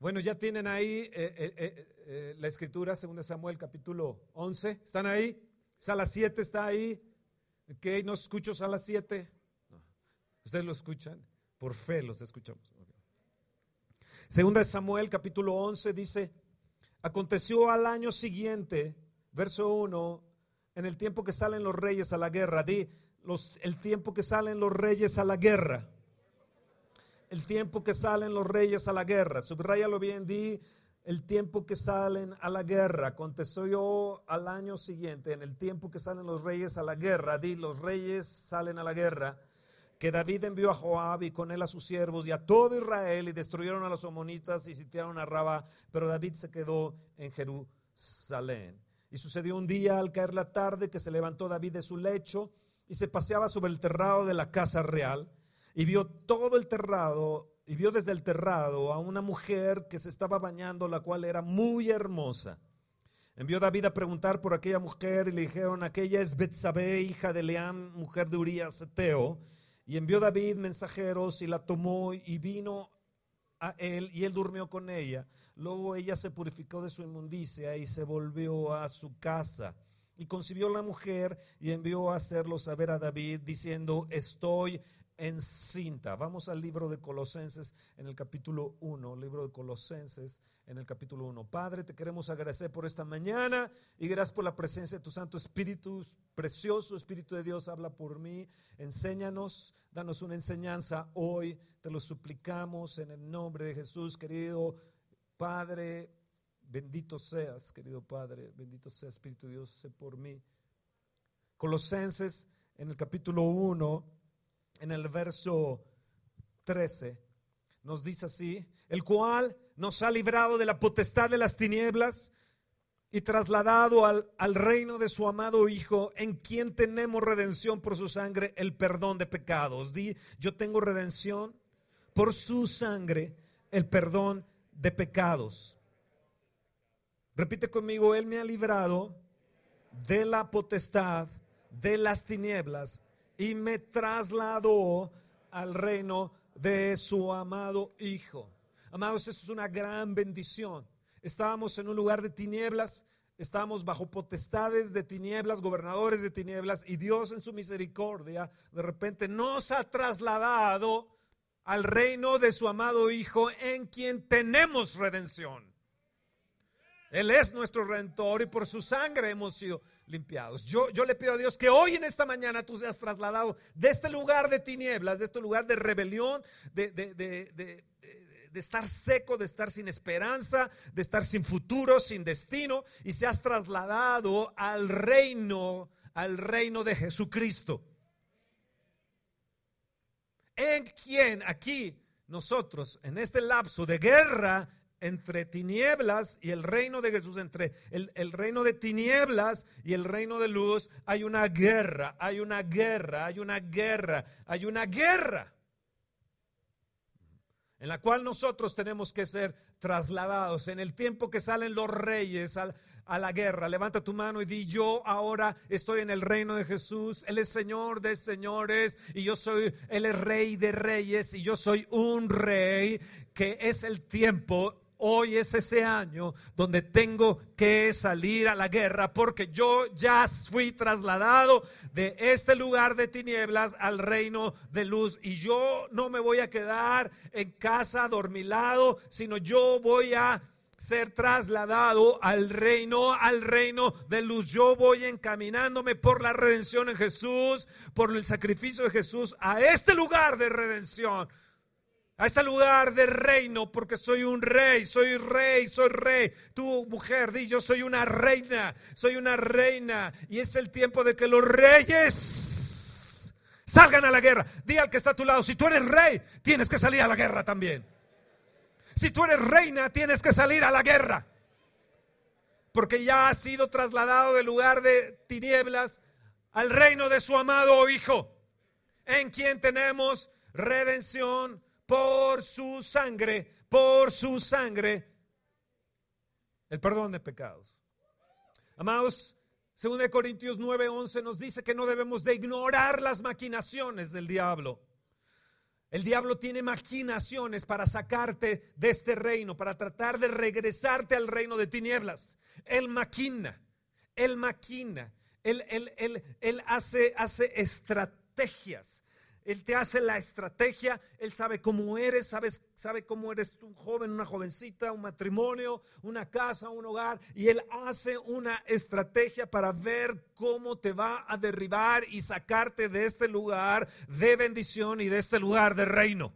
Bueno, ya tienen ahí la escritura, 2 Samuel capítulo 11. ¿Están ahí? Sala 7 está ahí. ¿Ok? ¿No escucho Sala 7? No. ¿Ustedes lo escuchan? Por fe los escuchamos. Okay. 2 Samuel capítulo 11 dice: aconteció al año siguiente, verso 1, en el tiempo que salen los reyes a la guerra. El tiempo que salen los reyes a la guerra. El tiempo que salen los reyes a la guerra. Subráyalo bien, el tiempo que salen a la guerra. Aconteció al año siguiente, en el tiempo que salen los reyes a la guerra. Los reyes salen a la guerra. Que David envió a Joab y con él a sus siervos y a todo Israel, y destruyeron a los amonitas y sitiaron a Rabá, pero David se quedó en Jerusalén. Y sucedió un día al caer la tarde que se levantó David de su lecho y se paseaba sobre el terrado de la casa real, y vio todo el terrado, y vio desde el terrado a una mujer que se estaba bañando, la cual era muy hermosa. Envió David a preguntar por aquella mujer y le dijeron: aquella es Betsabé, hija de Eliam, mujer de Urías Eteo. Y envió David mensajeros y la tomó y vino a él, y él durmió con ella. Luego ella se purificó de su inmundicia y se volvió a su casa. Y concibió la mujer y envió a hacerlo saber a David, diciendo: estoy encinta. Vamos al libro de Colosenses en el capítulo 1, libro de Colosenses en el capítulo 1. Padre, te queremos agradecer por esta mañana y gracias por la presencia de tu Santo Espíritu, precioso Espíritu de Dios, habla por mí, enséñanos, danos una enseñanza hoy, te lo suplicamos en el nombre de Jesús, querido Padre, bendito seas, querido Padre, bendito sea Espíritu de Dios, sé por mí. Colosenses en el capítulo 1, en el verso 13, nos dice así: el cual nos ha librado de la potestad de las tinieblas y trasladado al reino de su amado Hijo, en quien tenemos redención por su sangre, el perdón de pecados. Yo tengo redención por su sangre, el perdón de pecados. Repite conmigo: Él me ha librado de la potestad de las tinieblas y me trasladó al reino de su amado Hijo. Amados, esto es una gran bendición. Estábamos en un lugar de tinieblas, estábamos bajo potestades de tinieblas, gobernadores de tinieblas, y Dios en su misericordia de repente nos ha trasladado al reino de su amado Hijo, en quien tenemos redención. Él es nuestro redentor y por su sangre hemos sido limpiados. Yo le pido a Dios que hoy en esta mañana tú seas trasladado de este lugar de tinieblas, de este lugar de rebelión, de estar seco, de estar sin esperanza, de estar sin futuro, sin destino, y seas trasladado al reino de Jesucristo, en quien aquí nosotros en este lapso de guerra entre tinieblas y el reino de Jesús, entre el reino de tinieblas y el reino de luz, hay una guerra, hay una guerra, hay una guerra, hay una guerra en la cual nosotros tenemos que ser trasladados. En el tiempo que salen los reyes a la guerra, levanta tu mano y di: yo ahora estoy en el reino de Jesús. Él es Señor de señores y Él es Rey de reyes y yo soy un rey, que es el tiempo. Hoy es ese año donde tengo que salir a la guerra, porque yo ya fui trasladado de este lugar de tinieblas al reino de luz, y yo no me voy a quedar en casa adormilado, sino yo voy a ser trasladado al reino de luz. Yo voy encaminándome por la redención en Jesús, por el sacrificio de Jesús, a este lugar de redención, a este lugar de reino, porque soy un rey, soy rey, soy rey. Tú, mujer, di: yo soy una reina, y es el tiempo de que los reyes salgan a la guerra. Di al que está a tu lado: si tú eres rey, tienes que salir a la guerra también. Si tú eres reina, tienes que salir a la guerra, porque ya has sido trasladado del lugar de tinieblas al reino de su amado Hijo, en quien tenemos redención por su sangre, el perdón de pecados. Amados, 2 Corintios 9:11 nos dice que no debemos de ignorar las maquinaciones del diablo. El diablo tiene maquinaciones para sacarte de este reino, para tratar de regresarte al reino de tinieblas. Él maquina, él hace estrategias. Él te hace la estrategia, Él sabe cómo eres, sabe cómo eres tú, un joven, una jovencita, un matrimonio, una casa, un hogar, y Él hace una estrategia para ver cómo te va a derribar y sacarte de este lugar de bendición y de este lugar de reino.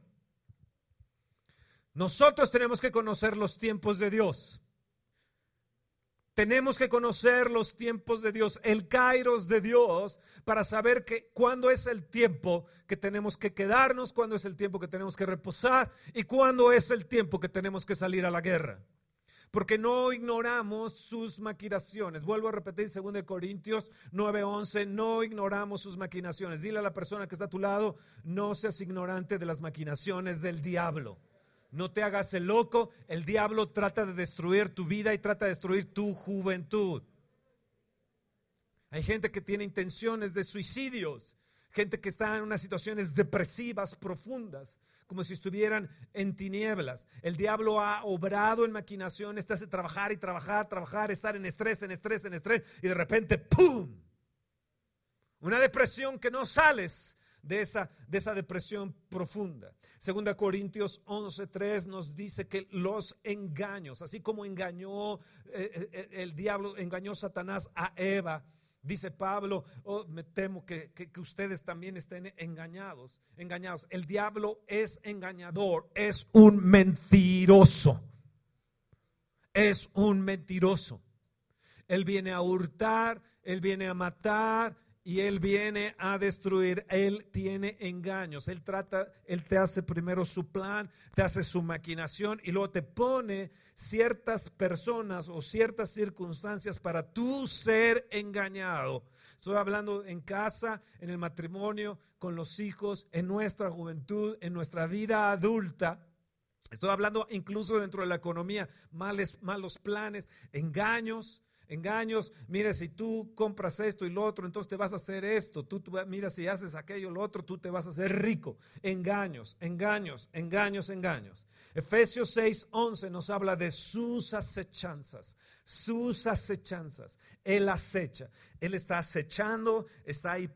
Nosotros tenemos que conocer los tiempos de Dios. Tenemos que conocer los tiempos de Dios, el kairos de Dios, para saber cuándo es el tiempo que tenemos que quedarnos, cuándo es el tiempo que tenemos que reposar y cuándo es el tiempo que tenemos que salir a la guerra. Porque no ignoramos sus maquinaciones. Vuelvo a repetir 2 Corintios 9:11, no ignoramos sus maquinaciones. Dile a la persona que está a tu lado, no seas ignorante de las maquinaciones del diablo. No te hagas el loco, el diablo trata de destruir tu vida y trata de destruir tu juventud. Hay gente que tiene intenciones de suicidios, gente que está en unas situaciones depresivas profundas, como si estuvieran en tinieblas. El diablo ha obrado en maquinaciones, te hace trabajar y trabajar, estar en estrés, y de repente ¡pum! Una depresión que no sales de esa depresión profunda. 2 Corintios 11:3 nos dice que los engaños, así como engañó el diablo, engañó Satanás a Eva, dice Pablo, me temo que ustedes también estén engañados. El diablo es engañador, es un mentiroso. Él viene a hurtar, él viene a matar y él viene a destruir. Él tiene engaños. Él te hace primero su plan, te hace su maquinación y luego te pone ciertas personas o ciertas circunstancias para tú ser engañado. Estoy hablando en casa, en el matrimonio, con los hijos, en nuestra juventud, en nuestra vida adulta. Estoy hablando incluso dentro de la economía, malos planes, engaños. Mira, si tú compras esto y lo otro, entonces te vas a hacer esto. Mira, si haces aquello, lo otro, tú te vas a hacer rico. Engaños. Efesios 6:11 nos habla de sus acechanzas. Él acecha, Él está acechando, está ahí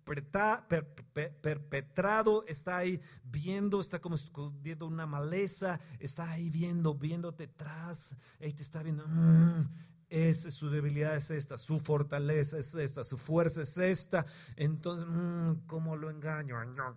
perpetrado, está ahí viendo, está como escondiendo una maleza, está ahí viéndote atrás, ahí te está viendo. Su debilidad es esta, su fortaleza es esta, su fuerza es esta. Entonces, ¿cómo lo engaño?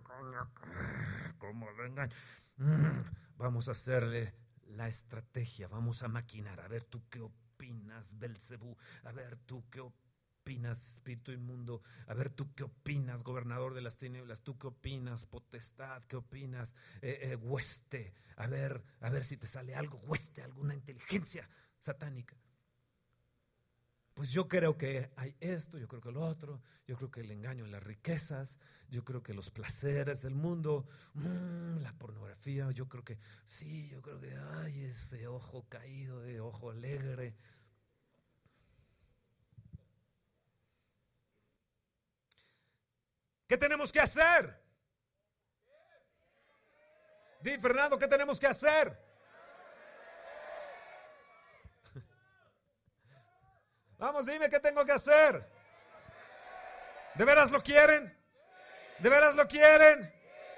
Vamos a hacerle la estrategia, vamos a maquinar. A ver, ¿tú qué opinas, Belcebú? A ver, ¿tú qué opinas, espíritu inmundo? A ver, ¿tú qué opinas, gobernador de las tinieblas? ¿Tú qué opinas, potestad? ¿Qué opinas, hueste? A ver si te sale algo, hueste, alguna inteligencia satánica. Pues yo creo que hay esto, yo creo que lo otro, yo creo que el engaño en las riquezas, yo creo que los placeres del mundo, la pornografía, yo creo que ay, este ojo caído, de ojo alegre. ¿Qué tenemos que hacer? Di, Fernando, ¿qué tenemos que hacer? Vamos, dime qué tengo que hacer. ¿De veras lo quieren? ¿De veras lo quieren?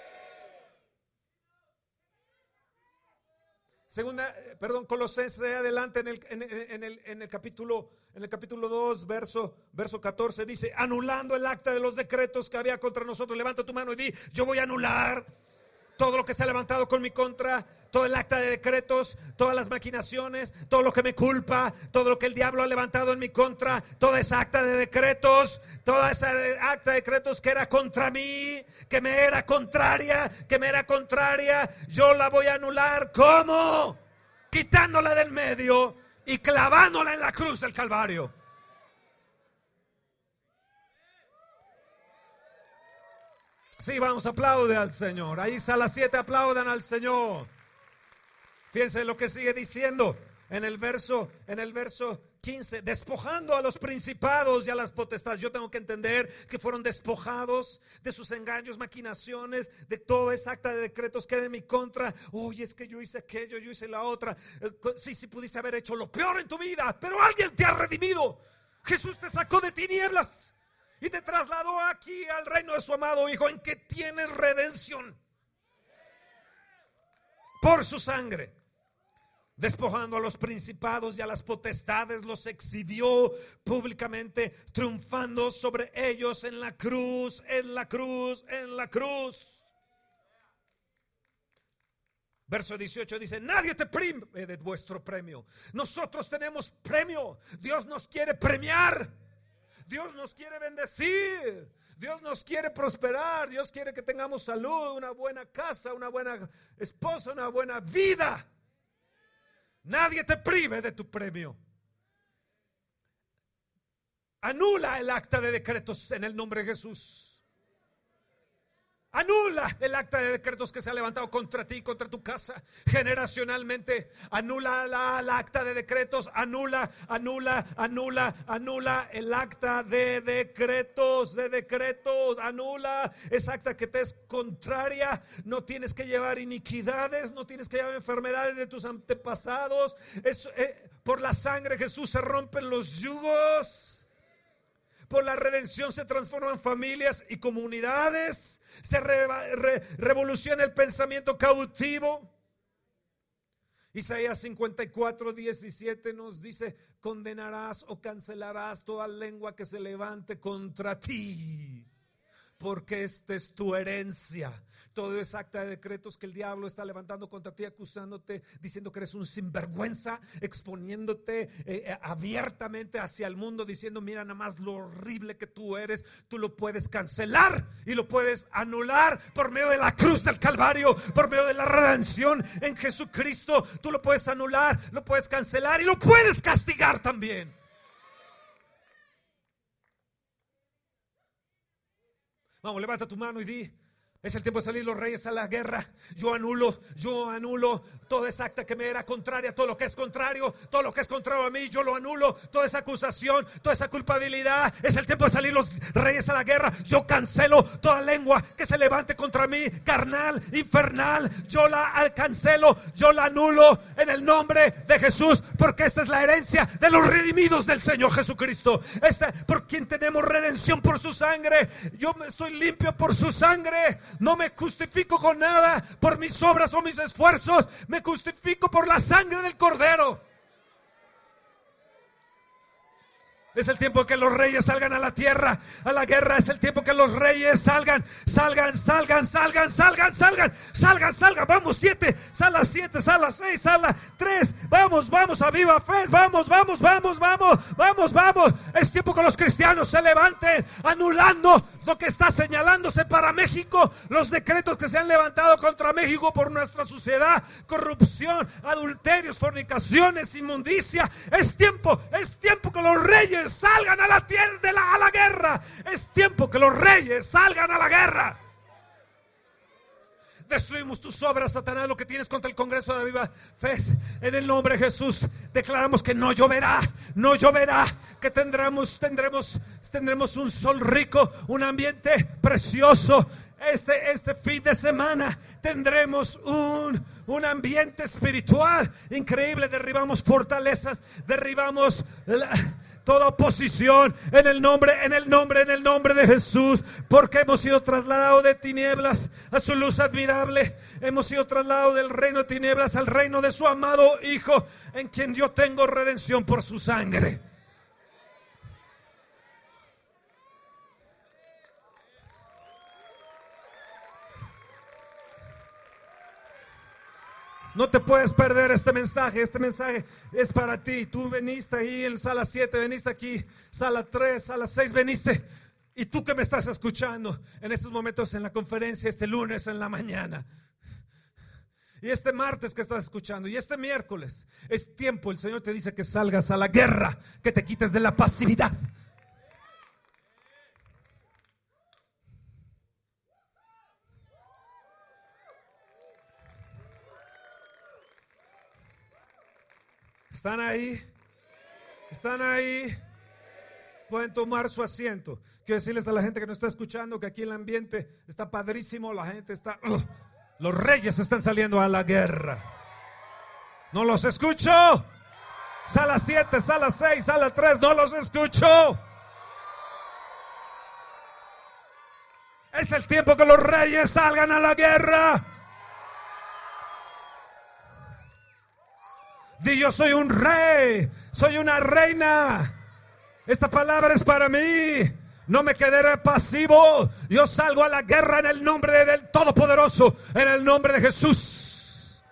Colosenses adelante en el capítulo 2, verso 14 dice, anulando el acta de los decretos que había contra nosotros. Levanta tu mano y di, yo voy a anular todo lo que se ha levantado con mi contra, todo el acta de decretos, todas las maquinaciones, todo lo que me culpa, todo lo que el diablo ha levantado en mi contra, toda esa acta de decretos, que era contra mí, que me era contraria, yo la voy a anular. ¿Cómo? Quitándola del medio y clavándola en la cruz del Calvario. Sí, vamos, aplaude al Señor. Ahí Salas 7, aplaudan al Señor. Fíjense lo que sigue diciendo en el verso 15, despojando a los principados y a las potestades. Yo tengo que entender que fueron despojados de sus engaños, maquinaciones, de toda esa acta de decretos que eran en mi contra. Oye, es que yo hice aquello, yo hice la otra. Sí, pudiste haber hecho lo peor en tu vida, pero alguien te ha redimido. Jesús te sacó de tinieblas y te trasladó aquí al reino de su amado Hijo, en que tienes redención por su sangre. Despojando a los principados y a las potestades, los exhibió públicamente, triunfando sobre ellos en la cruz, en la cruz, en la cruz. Verso 18 dice: nadie te prive de vuestro premio. Nosotros tenemos premio. Dios nos quiere premiar. Dios nos quiere bendecir. Dios nos quiere prosperar. Dios quiere que tengamos salud, una buena casa, una buena esposa, una buena vida. Nadie te prive de tu premio. Anula el acta de decretos en el nombre de Jesús. Anula el acta de decretos que se ha levantado contra ti, contra tu casa, generacionalmente. Anula la acta de decretos. Anula el acta de decretos, Anula esa acta que te es contraria. No tienes que llevar iniquidades, no tienes que llevar enfermedades de tus antepasados. Por la sangre de Jesús se rompen los yugos. Por la redención se transforman familias y comunidades. Se revoluciona el pensamiento cautivo. Isaías 54:17 nos dice: condenarás o cancelarás toda lengua que se levante contra ti, porque esta es tu herencia. Todo es acta de decretos que el diablo está levantando contra ti, acusándote, diciendo que eres un sinvergüenza, exponiéndote abiertamente hacia el mundo, diciendo: mira nada más lo horrible que tú eres. Tú lo puedes cancelar y lo puedes anular por medio de la cruz del Calvario, por medio de la redención en Jesucristo. Tú lo puedes anular, lo puedes cancelar y lo puedes castigar también. Vamos, levanta tu mano y di: es el tiempo de salir los reyes a la guerra. Yo anulo toda esa acta que me era contraria, todo lo que es contrario a mí, yo lo anulo. Toda esa acusación, toda esa culpabilidad. Es el tiempo de salir los reyes a la guerra. Yo cancelo toda lengua que se levante contra mí, carnal, infernal. Yo la cancelo, yo la anulo en el nombre de Jesús, porque esta es la herencia de los redimidos del Señor Jesucristo. Por quien tenemos redención por su sangre. Yo estoy limpio por su sangre. No me justifico con nada por mis obras o mis esfuerzos. Me justifico por la sangre del Cordero. Es el tiempo que los reyes salgan a la tierra, a la guerra. Es el tiempo que los reyes salgan. Vamos, 7, sala 7, sala 6, sala 3. Vamos a viva fe. Vamos. Es tiempo que los cristianos se levanten, anulando lo que está señalándose para México. Los decretos que se han levantado contra México por nuestra suciedad, corrupción, adulterios, fornicaciones, inmundicia. Es tiempo que los reyes salgan a la tierra, a la guerra. Es tiempo que los reyes salgan a la guerra. Destruimos tus obras, Satanás, lo que tienes contra el Congreso de Viva Fe. En el nombre de Jesús declaramos que no lloverá, que tendremos un sol rico, un ambiente precioso. Este fin de semana tendremos un ambiente espiritual increíble. Derribamos fortalezas, derribamos toda oposición en el nombre de Jesús, porque hemos sido trasladados de tinieblas a su luz admirable. Hemos sido trasladados del reino de tinieblas al reino de su amado Hijo, en quien yo tengo redención por su sangre. No te puedes perder este mensaje es para ti. Tú veniste ahí en sala 7, veniste aquí, sala 3, sala 6, veniste. Y tú que me estás escuchando en estos momentos en la conferencia, este lunes en la mañana, y este martes que estás escuchando, y este miércoles, es tiempo. El Señor te dice que salgas a la guerra, que te quites de la pasividad. ¿Están ahí? ¿Están ahí? Pueden tomar su asiento. Quiero decirles a la gente que nos está escuchando que aquí el ambiente está padrísimo. La gente está... los reyes están saliendo a la guerra. No los escucho. Sala 7, sala 6, sala 3. No los escucho. Es el tiempo que los reyes salgan a la guerra. Di: yo soy un rey, soy una reina. Esta palabra es para mí. No me quedaré pasivo. Yo salgo a la guerra en el nombre del Todopoderoso, en el nombre de Jesús.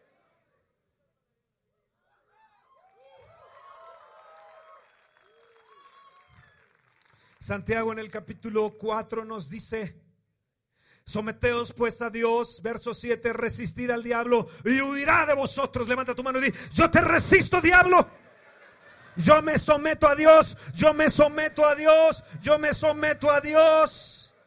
Santiago en el capítulo 4 nos dice: someteos pues a Dios, verso 7, resistid al diablo y huirá de vosotros. Levanta tu mano y di: yo te resisto, diablo. Yo me someto a Dios, yo me someto a Dios, yo me someto a Dios.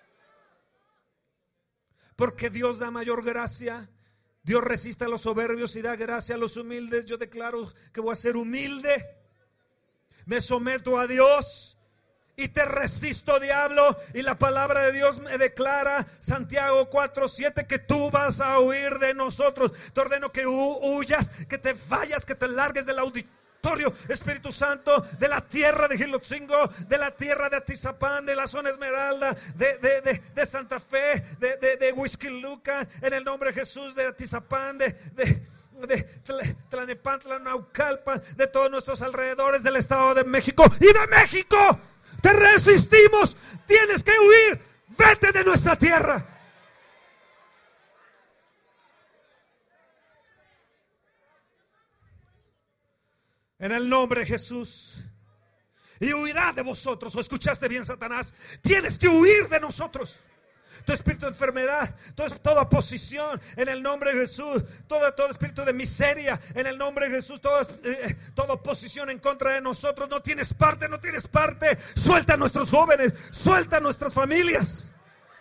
Porque Dios da mayor gracia. Dios resiste a los soberbios y da gracia a los humildes. Yo declaro que voy a ser humilde. Me someto a Dios y te resisto, diablo. Y la palabra de Dios me declara, Santiago 4:7, que tú vas a huir de nosotros. Te ordeno que huyas, que te vayas, que te largues del auditorio, Espíritu Santo, de la tierra de Gilotzingo, de la tierra de Atizapán, de la zona Esmeralda, de Santa Fe, de Huixquilucan, en el nombre de Jesús, de Atizapán, de Tlalnepantla, Naucalpan, de todos nuestros alrededores, del Estado de México y de México. Te resistimos, tienes que huir, vete de nuestra tierra. En el nombre de Jesús. Y huirá de vosotros. ¿O escuchaste bien, Satanás? Tienes que huir de nosotros. Todo espíritu de enfermedad, toda oposición, en el nombre de Jesús. Todo espíritu de miseria, en el nombre de Jesús. Toda oposición en contra de nosotros. No tienes parte, no tienes parte. Suelta a nuestros jóvenes, suelta a nuestras familias.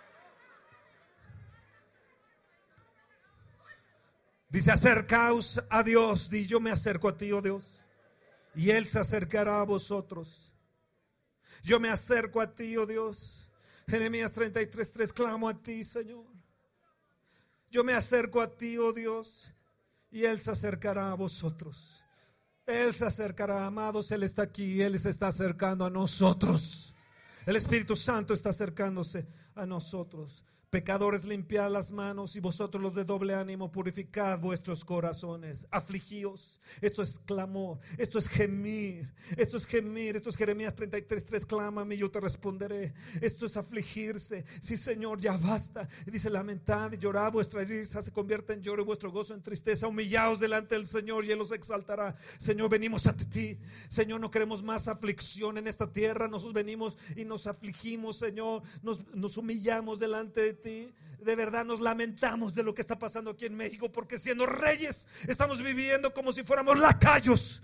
Dice: acercaos a Dios. Di: yo me acerco a ti, oh Dios, y Él se acercará a vosotros. Yo me acerco a ti, oh Dios. Jeremías 33:3, clamo a ti, Señor. Yo me acerco a ti, oh Dios, y Él se acercará a vosotros. Él se acercará, amados. Él está aquí, Él se está acercando a nosotros. El Espíritu Santo está acercándose a nosotros. Pecadores, limpiad las manos, y vosotros los de doble ánimo, purificad vuestros corazones. Afligíos. Esto es clamor, esto es gemir, esto es gemir. Esto es Jeremías 33:3, clámame y yo te responderé. Esto es afligirse. Sí, Señor, ya basta. Y dice: lamentad y llorad, vuestra risa se convierte en lloro y vuestro gozo en tristeza. Humillaos delante del Señor y Él os exaltará. Señor, venimos ante ti. Señor, no queremos más aflicción en esta tierra. Nosotros venimos y nos afligimos, Señor. Nos humillamos delante de ti. De verdad nos lamentamos de lo que está pasando aquí en México, porque siendo reyes estamos viviendo como si fuéramos lacayos.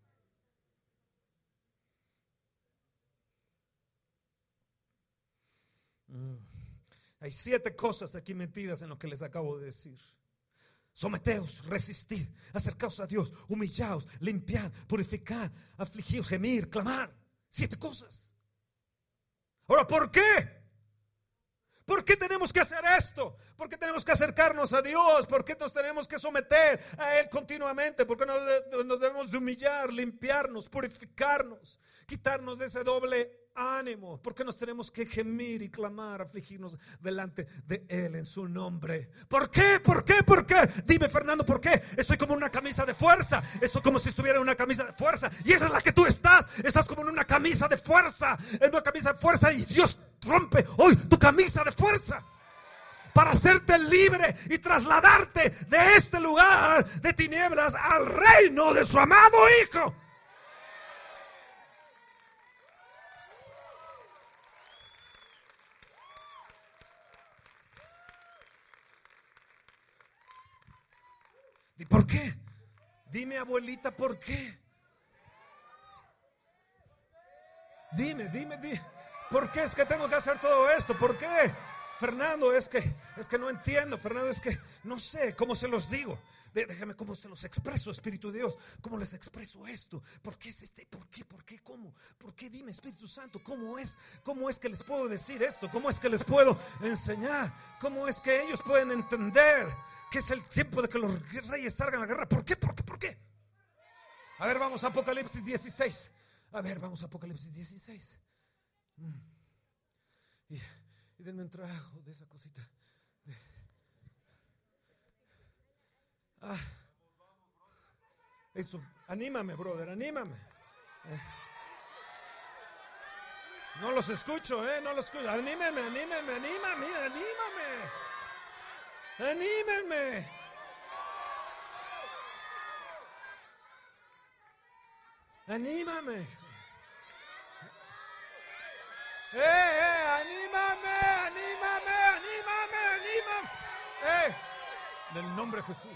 Hay 7 cosas aquí metidas en lo que les acabo de decir. Someteos, resistid, acercaos a Dios, humillaos, limpiad, purificad, afligíos, gemir, clamar. 7 cosas. Ahora, ¿por qué? ¿Por qué tenemos que hacer esto? ¿Por qué tenemos que acercarnos a Dios? ¿Por qué nos tenemos que someter a Él continuamente? ¿Por qué nos debemos de humillar, limpiarnos, purificarnos, quitarnos de ese doble ánimo? ¿Por qué nos tenemos que gemir y clamar, afligirnos delante de Él en su nombre? ¿Por qué? ¿Por qué? ¿Por qué? Dime, Fernando, ¿por qué? Estoy como en una camisa de fuerza. Estoy como si estuviera en una camisa de fuerza. Y esa es la que tú estás. Estás como en una camisa de fuerza. En una camisa de fuerza, y Dios rompe hoy tu camisa de fuerza para hacerte libre y trasladarte de este lugar de tinieblas al reino de su amado Hijo. ¿Y por qué? Dime, abuelita, ¿por qué? Dime. ¿Por qué es que tengo que hacer todo esto? ¿Por qué? Fernando, es que no entiendo. Fernando, es que no sé cómo se los digo. Déjame cómo se los expreso, Espíritu de Dios. ¿Cómo les expreso esto? ¿Por qué es este? ¿Por qué? ¿Por qué? ¿Cómo? ¿Por qué? Dime, Espíritu Santo, ¿cómo es? ¿Cómo es que les puedo decir esto? ¿Cómo es que les puedo enseñar? ¿Cómo es que ellos pueden entender que es el tiempo de que los reyes salgan a la guerra? ¿Por qué? ¿Por qué? ¿Por qué? A ver, vamos a Apocalipsis 16. A ver, vamos a Apocalipsis 16. Y denme un trago de esa cosita. Eso, anímame, brother, anímame. No los escucho, no los escucho. Anímeme. Anímame. Anímame. En el nombre de Jesús.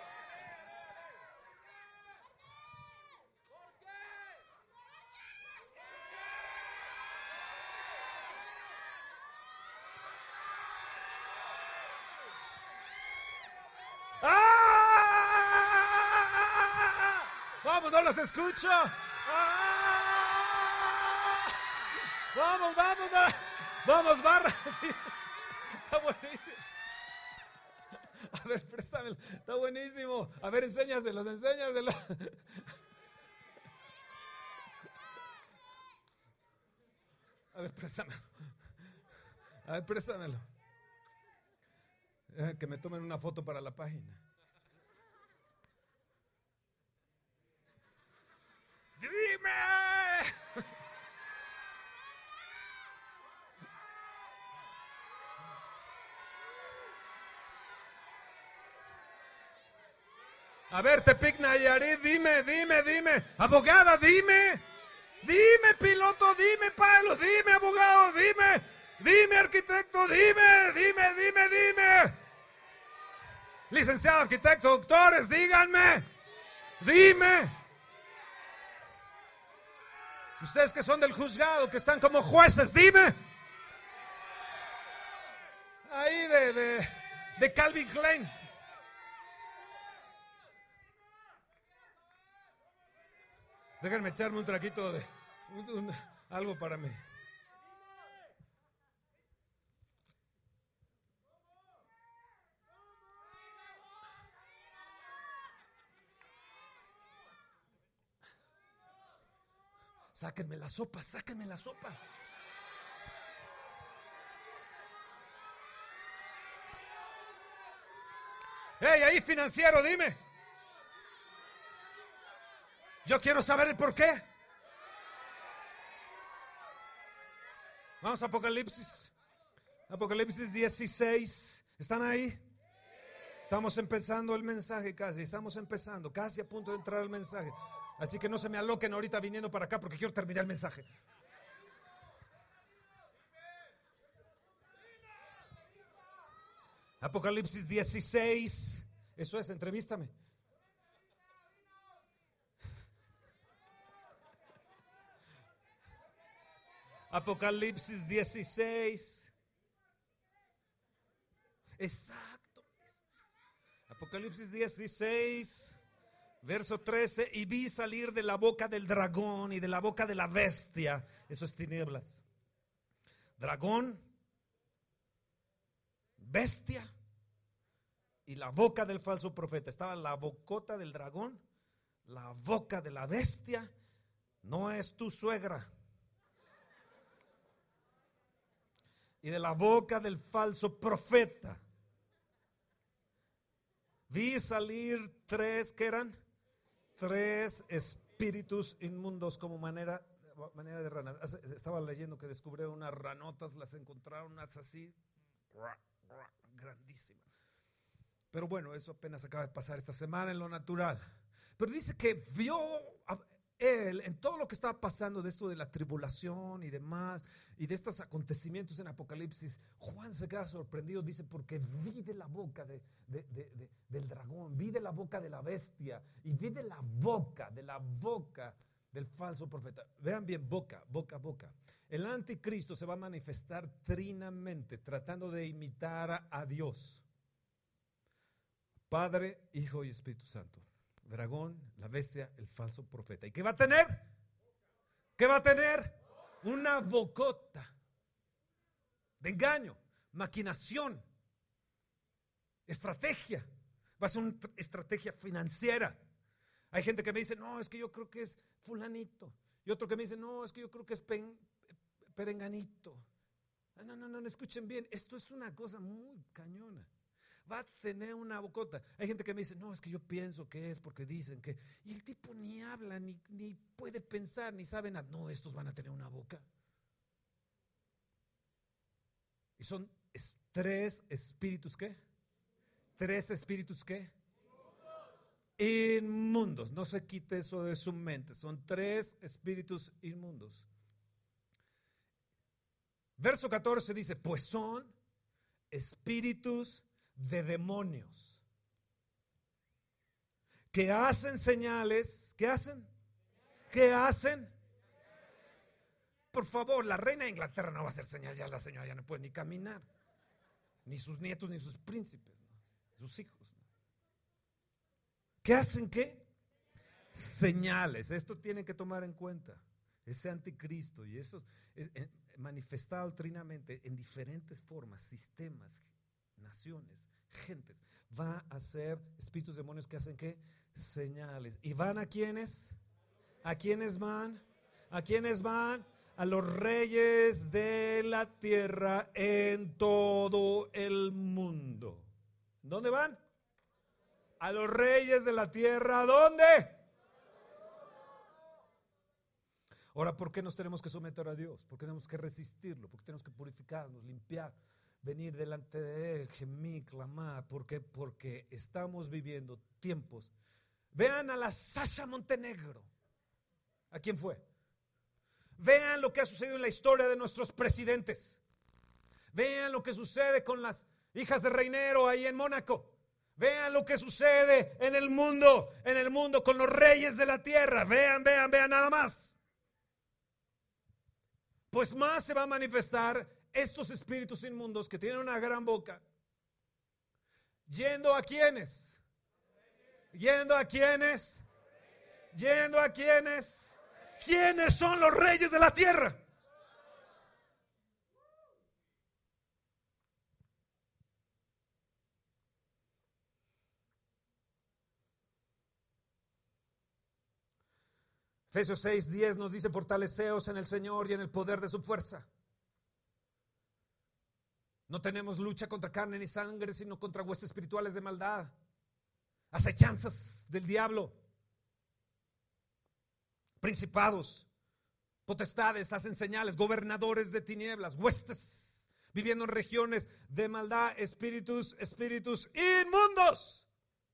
Vamos, no los escucho. Vamos, barra. Está buenísimo. A ver, préstamelo. Está buenísimo. A ver, enséñaselos. A ver, préstamelo. Que me tomen una foto para la página. ¡Dime! A ver, Tepic Nayarit, dime. Abogada, dime, piloto, dime, Pablo, dime, abogado, dime, arquitecto, dime. Licenciado, arquitecto, doctores, díganme, dime. Ustedes que son del juzgado, que están como jueces, dime. Ahí de Calvin Klein. Déjenme echarme un traquito de algo para mí. Sáquenme la sopa. Hey, ahí financiero, dime. Yo quiero saber el por qué. Vamos a Apocalipsis 16. ¿Están ahí? Estamos empezando el mensaje casi. Casi a punto de entrar al mensaje. Así que no se me aloquen ahorita viniendo para acá porque quiero terminar el mensaje. Apocalipsis 16. Eso es, entrevístame. Apocalipsis 16. Exacto. Apocalipsis 16, verso 13. Y vi salir de la boca del dragón y de la boca de la bestia. Eso es tinieblas. Dragón, bestia y la boca del falso profeta. Estaba la bocota del dragón, la boca de la bestia. No es tu suegra. Y de la boca del falso profeta vi salir tres, ¿qué eran? Tres espíritus inmundos como manera de ranas. Estaba leyendo que descubrieron unas ranotas, las encontraron unas así, grandísimas. Pero bueno, eso apenas acaba de pasar esta semana en lo natural. Pero dice que vio él en todo lo que estaba pasando de esto de la tribulación y demás, y de estos acontecimientos en Apocalipsis. Juan se queda sorprendido, dice, porque vi de la boca del dragón, vi de la boca de la bestia, y vi de la boca del falso profeta. Vean bien, boca. El anticristo se va a manifestar trinamente, tratando de imitar a Dios. Padre, Hijo y Espíritu Santo. Dragón, la bestia, el falso profeta. ¿Y qué va a tener? ¿Qué va a tener? Una bocota de engaño, maquinación, estrategia. Va a ser una estrategia financiera. Hay gente que me dice, no, es que yo creo que es fulanito. Y otro que me dice, no, es que yo creo que es perenganito. No, escuchen bien, esto es una cosa muy cañona. Va a tener una bocota. Hay gente que me dice, no, es que yo pienso que es porque dicen que. Y el tipo ni habla, ni puede pensar, ni sabe nada. No, estos van a tener una boca. Y son tres espíritus, ¿qué? Tres espíritus, ¿qué? Inmundos. No se quite eso de su mente. Son tres espíritus inmundos. Verso 14 dice, pues son espíritus de demonios que hacen señales. ¿Qué hacen? ¿Qué hacen? Por favor, la reina de Inglaterra no va a hacer señales. Ya la señora ya no puede ni caminar, ni sus nietos, ni sus príncipes, ¿no? Sus hijos, ¿no? ¿Qué hacen qué? Señales. Esto tienen que tomar en cuenta. Ese anticristo y eso es manifestado doctrinamente en diferentes formas, sistemas, naciones, gentes. Va a ser espíritus demonios que hacen qué? Señales. ¿Y van a quiénes? ¿A quiénes van? ¿A quiénes van? A los reyes de la tierra en todo el mundo. ¿Dónde van? A los reyes de la tierra. ¿Dónde? Ahora, ¿por qué nos tenemos que someter a Dios? ¿Por qué tenemos que resistirlo? ¿Por qué tenemos que purificarnos, limpiar, venir delante de Él, gemir, clamar? ¿Por qué? Porque estamos viviendo tiempos. Vean a la Sasha Montenegro. ¿A quién fue? Vean lo que ha sucedido en la historia de nuestros presidentes. Vean lo que sucede con las hijas de Reinero ahí en Mónaco. Vean lo que sucede en el mundo con los reyes de la tierra. Vean nada más. Pues más se va a manifestar estos espíritus inmundos que tienen una gran boca. ¿Yendo a quiénes? ¿Yendo a quiénes? ¿Yendo a quiénes? ¿Quiénes son los reyes de la tierra? Efesios 6:10 nos dice, fortaleceos en el Señor y en el poder de su fuerza. No tenemos lucha contra carne ni sangre, sino contra huestes espirituales de maldad, acechanzas del diablo, principados, potestades, hacen señales, gobernadores de tinieblas, huestes, viviendo en regiones de maldad, espíritus inmundos.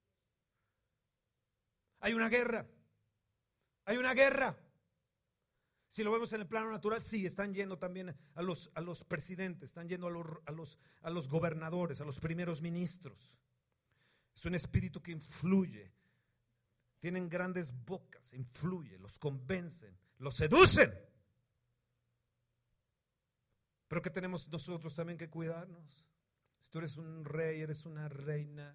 Hay una guerra. Hay una guerra. Si lo vemos en el plano natural, sí, están yendo también a los presidentes, están yendo a los gobernadores, a los primeros ministros. Es un espíritu que influye. Tienen grandes bocas, influye, los convencen, los seducen. Pero que tenemos nosotros también que cuidarnos. Si tú eres un rey, eres una reina,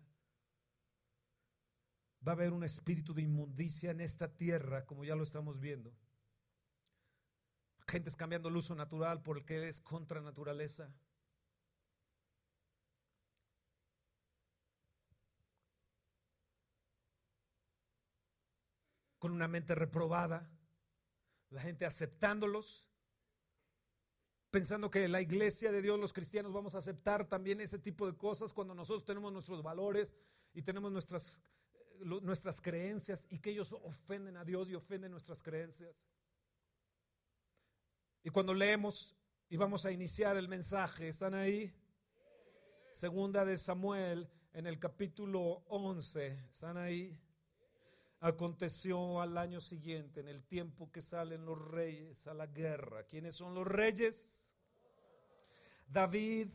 va a haber un espíritu de inmundicia en esta tierra, como ya lo estamos viendo. Gentes cambiando el uso natural por el que es contra naturaleza. Con una mente reprobada. La gente aceptándolos. Pensando que la iglesia de Dios, los cristianos, vamos a aceptar también ese tipo de cosas cuando nosotros tenemos nuestros valores y tenemos nuestras creencias, y que ellos ofenden a Dios y ofenden nuestras creencias. Y cuando leemos y vamos a iniciar el mensaje, ¿están ahí? Segunda de Samuel en el capítulo 11, ¿están ahí? Aconteció al año siguiente, en el tiempo que salen los reyes a la guerra. ¿Quiénes son los reyes? David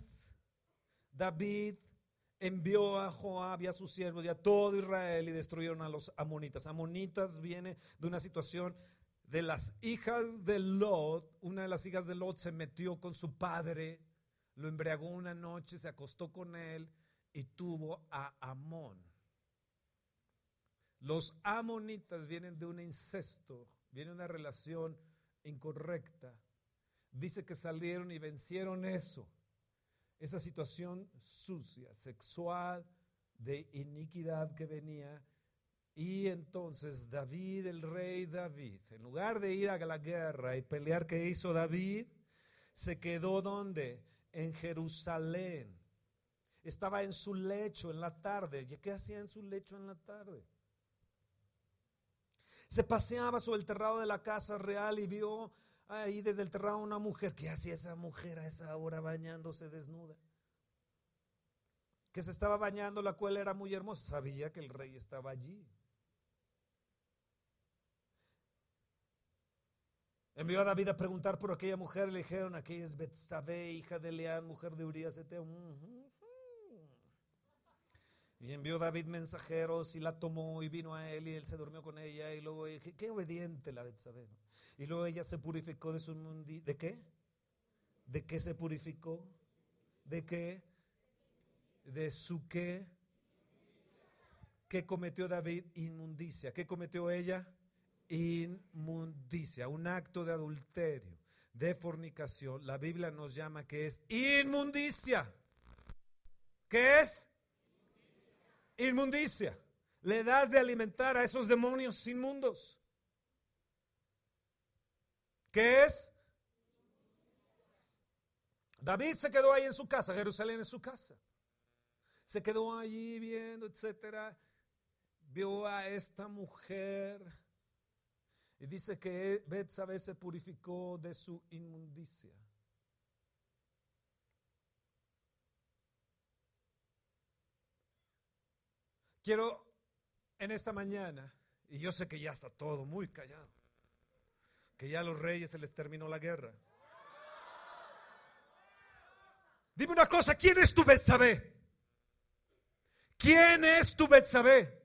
envió a Joab y a sus siervos y a todo Israel y destruyeron a los amonitas. Amonitas viene de una situación de las hijas de Lot. Una de las hijas de Lot se metió con su padre, lo embriagó una noche, se acostó con él y tuvo a Amón. Los amonitas vienen de un incesto, viene una relación incorrecta. Dice que salieron y vencieron esa situación sucia, sexual, de iniquidad que venía. Y entonces David, el rey David, en lugar de ir a la guerra y pelear, ¿qué hizo David? Se quedó ¿dónde? En Jerusalén. Estaba en su lecho en la tarde. ¿Y qué hacía en su lecho en la tarde? Se paseaba sobre el terrado de la casa real y vio ahí desde el terrado una mujer. ¿Qué hacía esa mujer a esa hora bañándose desnuda? Que se estaba bañando, la cual era muy hermosa. Sabía que el rey estaba allí. Envió a David a preguntar por aquella mujer. Le dijeron: aquella es Betsabé, hija de Elián, mujer de Urías eteo. Y envió David mensajeros y la tomó y vino a él y él se durmió con ella. Y luego, qué obediente la Betsabé, ¿no? Y luego ella se purificó de su inmundicia. ¿De qué? ¿De qué se purificó? ¿De qué? ¿De su qué? ¿Qué cometió David? Inmundicia. ¿Qué cometió ella? Inmundicia, un acto de adulterio, de fornicación. La Biblia nos llama que es inmundicia. ¿Qué es? Inmundicia. Le das de alimentar a esos demonios inmundos. ¿Qué es? David se quedó ahí en su casa, Jerusalén es su casa. Se quedó allí viendo, etcétera. Vio a esta mujer y dice que Betsabé se purificó de su inmundicia. Quiero en esta mañana, y yo sé que ya está todo muy callado, que ya a los reyes se les terminó la guerra. Dime una cosa, ¿quién es tu Betsabé? ¿Quién es tu Betsabé?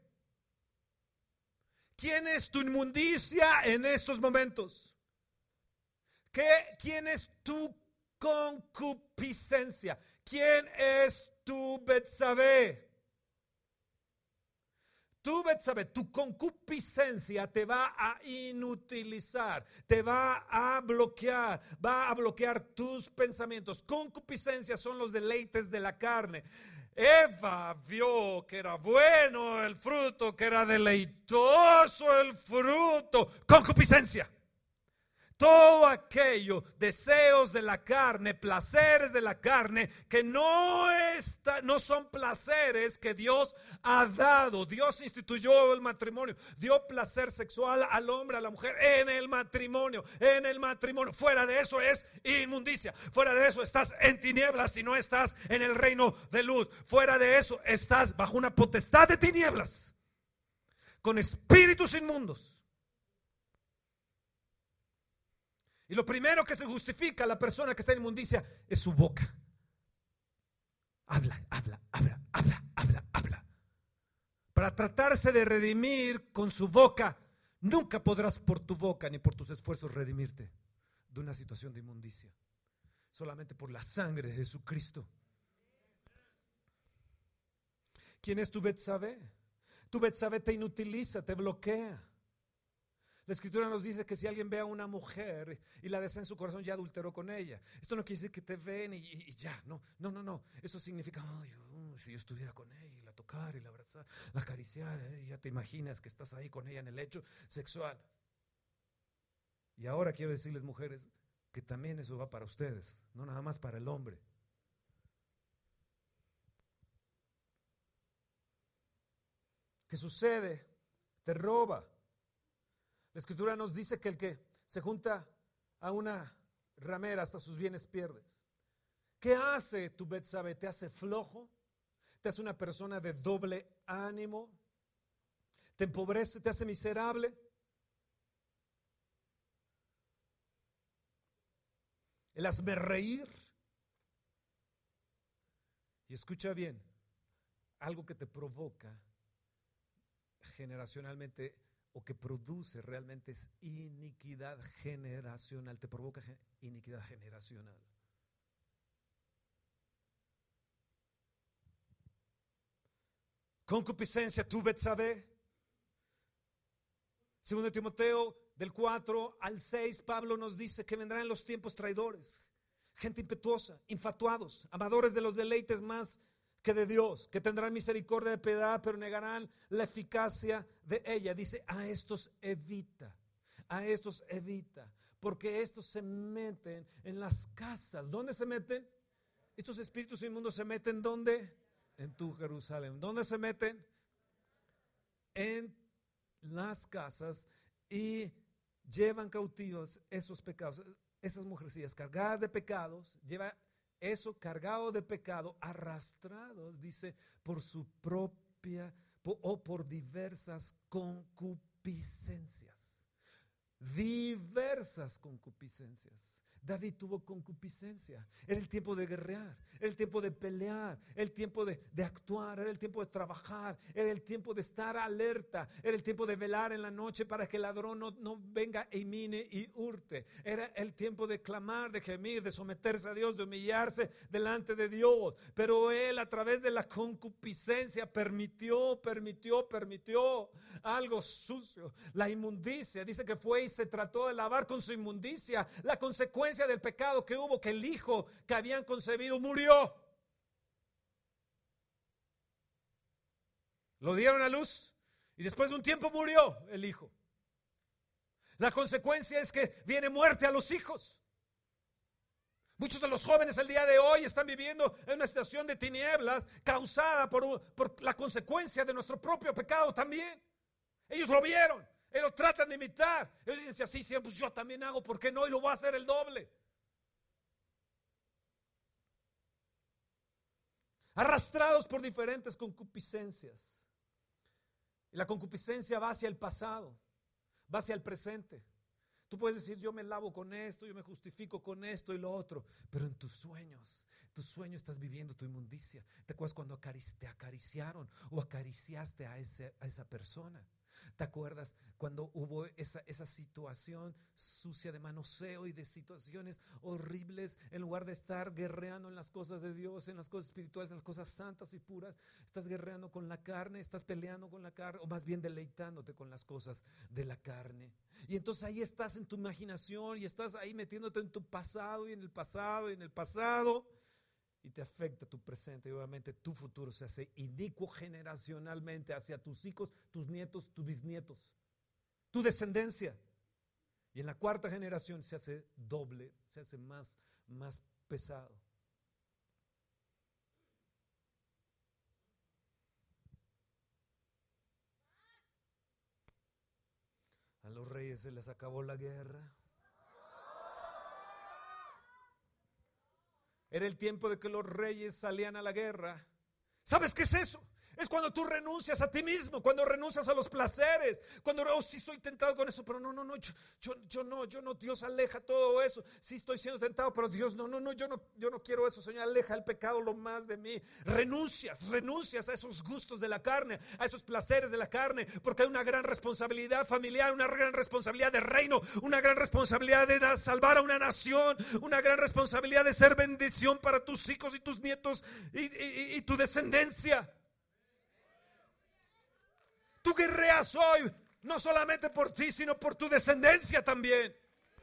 ¿Quién es tu inmundicia en estos momentos? ¿Quién es tu concupiscencia? ¿Quién es tu Betsabé? Tu Betsabé, tu concupiscencia te va a inutilizar, te va a bloquear tus pensamientos. Concupiscencia son los deleites de la carne. Eva vio que era bueno el fruto, que era deleitoso el fruto. Concupiscencia. Todo aquello, deseos de la carne, placeres de la carne, que no son placeres que Dios ha dado. Dios instituyó el matrimonio, dio placer sexual al hombre, a la mujer en el matrimonio. Fuera de eso es inmundicia. Fuera de eso estás en tinieblas y no estás en el reino de luz. Fuera de eso estás bajo una potestad de tinieblas, con espíritus inmundos. Y lo primero que se justifica a la persona que está en inmundicia es su boca. Habla. Para tratarse de redimir con su boca, nunca podrás por tu boca ni por tus esfuerzos redimirte de una situación de inmundicia. Solamente por la sangre de Jesucristo. ¿Quién es tu Betsabé? Tu Betsabé te inutiliza, te bloquea. La Escritura nos dice que si alguien ve a una mujer y la desea en su corazón, ya adulteró con ella. Esto no quiere decir que te ven y ya, no. Eso significa, si yo estuviera con ella y la tocara y la abrazara, la acariciara, ya te imaginas que estás ahí con ella en el hecho sexual. Y ahora quiero decirles, mujeres, que también eso va para ustedes, no nada más para el hombre. ¿Qué sucede? Te roba. La Escritura nos dice que el que se junta a una ramera hasta sus bienes pierde. ¿Qué hace tu Betsabé? ¿Te hace flojo? ¿Te hace una persona de doble ánimo? ¿Te empobrece? ¿Te hace miserable? El hazme reír. Y escucha bien, algo que te provoca generacionalmente o que produce realmente es iniquidad generacional, te provoca iniquidad generacional. Concupiscencia, tu Betsabé. Segundo Timoteo del 4 al 6, Pablo nos dice que vendrán en los tiempos traidores, gente impetuosa, infatuados, amadores de los deleites más que de Dios, que tendrán misericordia de piedad, pero negarán la eficacia de ella. Dice, a estos evita, porque estos se meten en las casas. ¿Dónde se meten? Estos espíritus inmundos se meten, ¿dónde? En tu Jerusalén. ¿Dónde se meten? En las casas y llevan cautivos esos pecados. Esas mujercillas cargadas de pecados, lleva eso cargado de pecado, arrastrados, dice, por su propia o por diversas concupiscencias. Diversas concupiscencias. David tuvo concupiscencia. Era el tiempo de guerrear, era el tiempo de pelear, era el tiempo de actuar, era el tiempo de trabajar, era el tiempo de estar alerta, era el tiempo de velar en la noche para que el ladrón no venga e mine y hurte. Era el tiempo de clamar, de gemir, de someterse a Dios, de humillarse delante de Dios. Pero él, a través de la concupiscencia, permitió algo sucio, la inmundicia. Dice que fue y se trató de lavar con su inmundicia. La consecuencia del pecado que hubo, que el hijo que habían concebido murió. Lo dieron a luz y después de un tiempo murió el hijo. La consecuencia es que viene muerte a los hijos. Muchos de los jóvenes el día de hoy están viviendo en una situación de tinieblas causada por la consecuencia de nuestro propio pecado también. Ellos lo vieron. Ellos tratan de imitar. Ellos dicen, si así siempre, pues yo también hago, ¿por qué no? Y lo voy a hacer el doble. Arrastrados por diferentes concupiscencias. Y la concupiscencia va hacia el pasado, va hacia el presente. Tú puedes decir, yo me lavo con esto, yo me justifico con esto y lo otro. Pero en tus sueños estás viviendo tu inmundicia. ¿Te acuerdas cuando te acariciaron o acariciaste a esa persona? ¿Te acuerdas cuando hubo esa situación sucia de manoseo y de situaciones horribles? En lugar de estar guerreando en las cosas de Dios, en las cosas espirituales, en las cosas santas y puras, estás guerreando con la carne, estás peleando con la carne, o más bien deleitándote con las cosas de la carne. Y entonces ahí estás en tu imaginación y estás ahí metiéndote en tu pasado y en el pasado y en el pasado. Y te afecta tu presente y obviamente tu futuro se hace inicuo generacionalmente hacia tus hijos, tus nietos, tus bisnietos, tu descendencia. Y en la cuarta generación se hace doble, se hace más pesado. A los reyes se les acabó la guerra. Era el tiempo de que los reyes salían a la guerra. ¿Sabes qué es eso? Es cuando tú renuncias a ti mismo, cuando renuncias a los placeres, cuando, sí estoy tentado con eso, pero no, yo no, Dios aleja todo eso. Sí estoy siendo tentado, pero Dios, yo no quiero eso, Señor, aleja el pecado lo más de mí. Renuncias a esos gustos de la carne, a esos placeres de la carne, porque hay una gran responsabilidad familiar, una gran responsabilidad de reino, una gran responsabilidad de salvar a una nación, una gran responsabilidad de ser bendición para tus hijos y tus nietos y tu descendencia. Tú guerreas hoy, no solamente por ti, sino por tu descendencia también.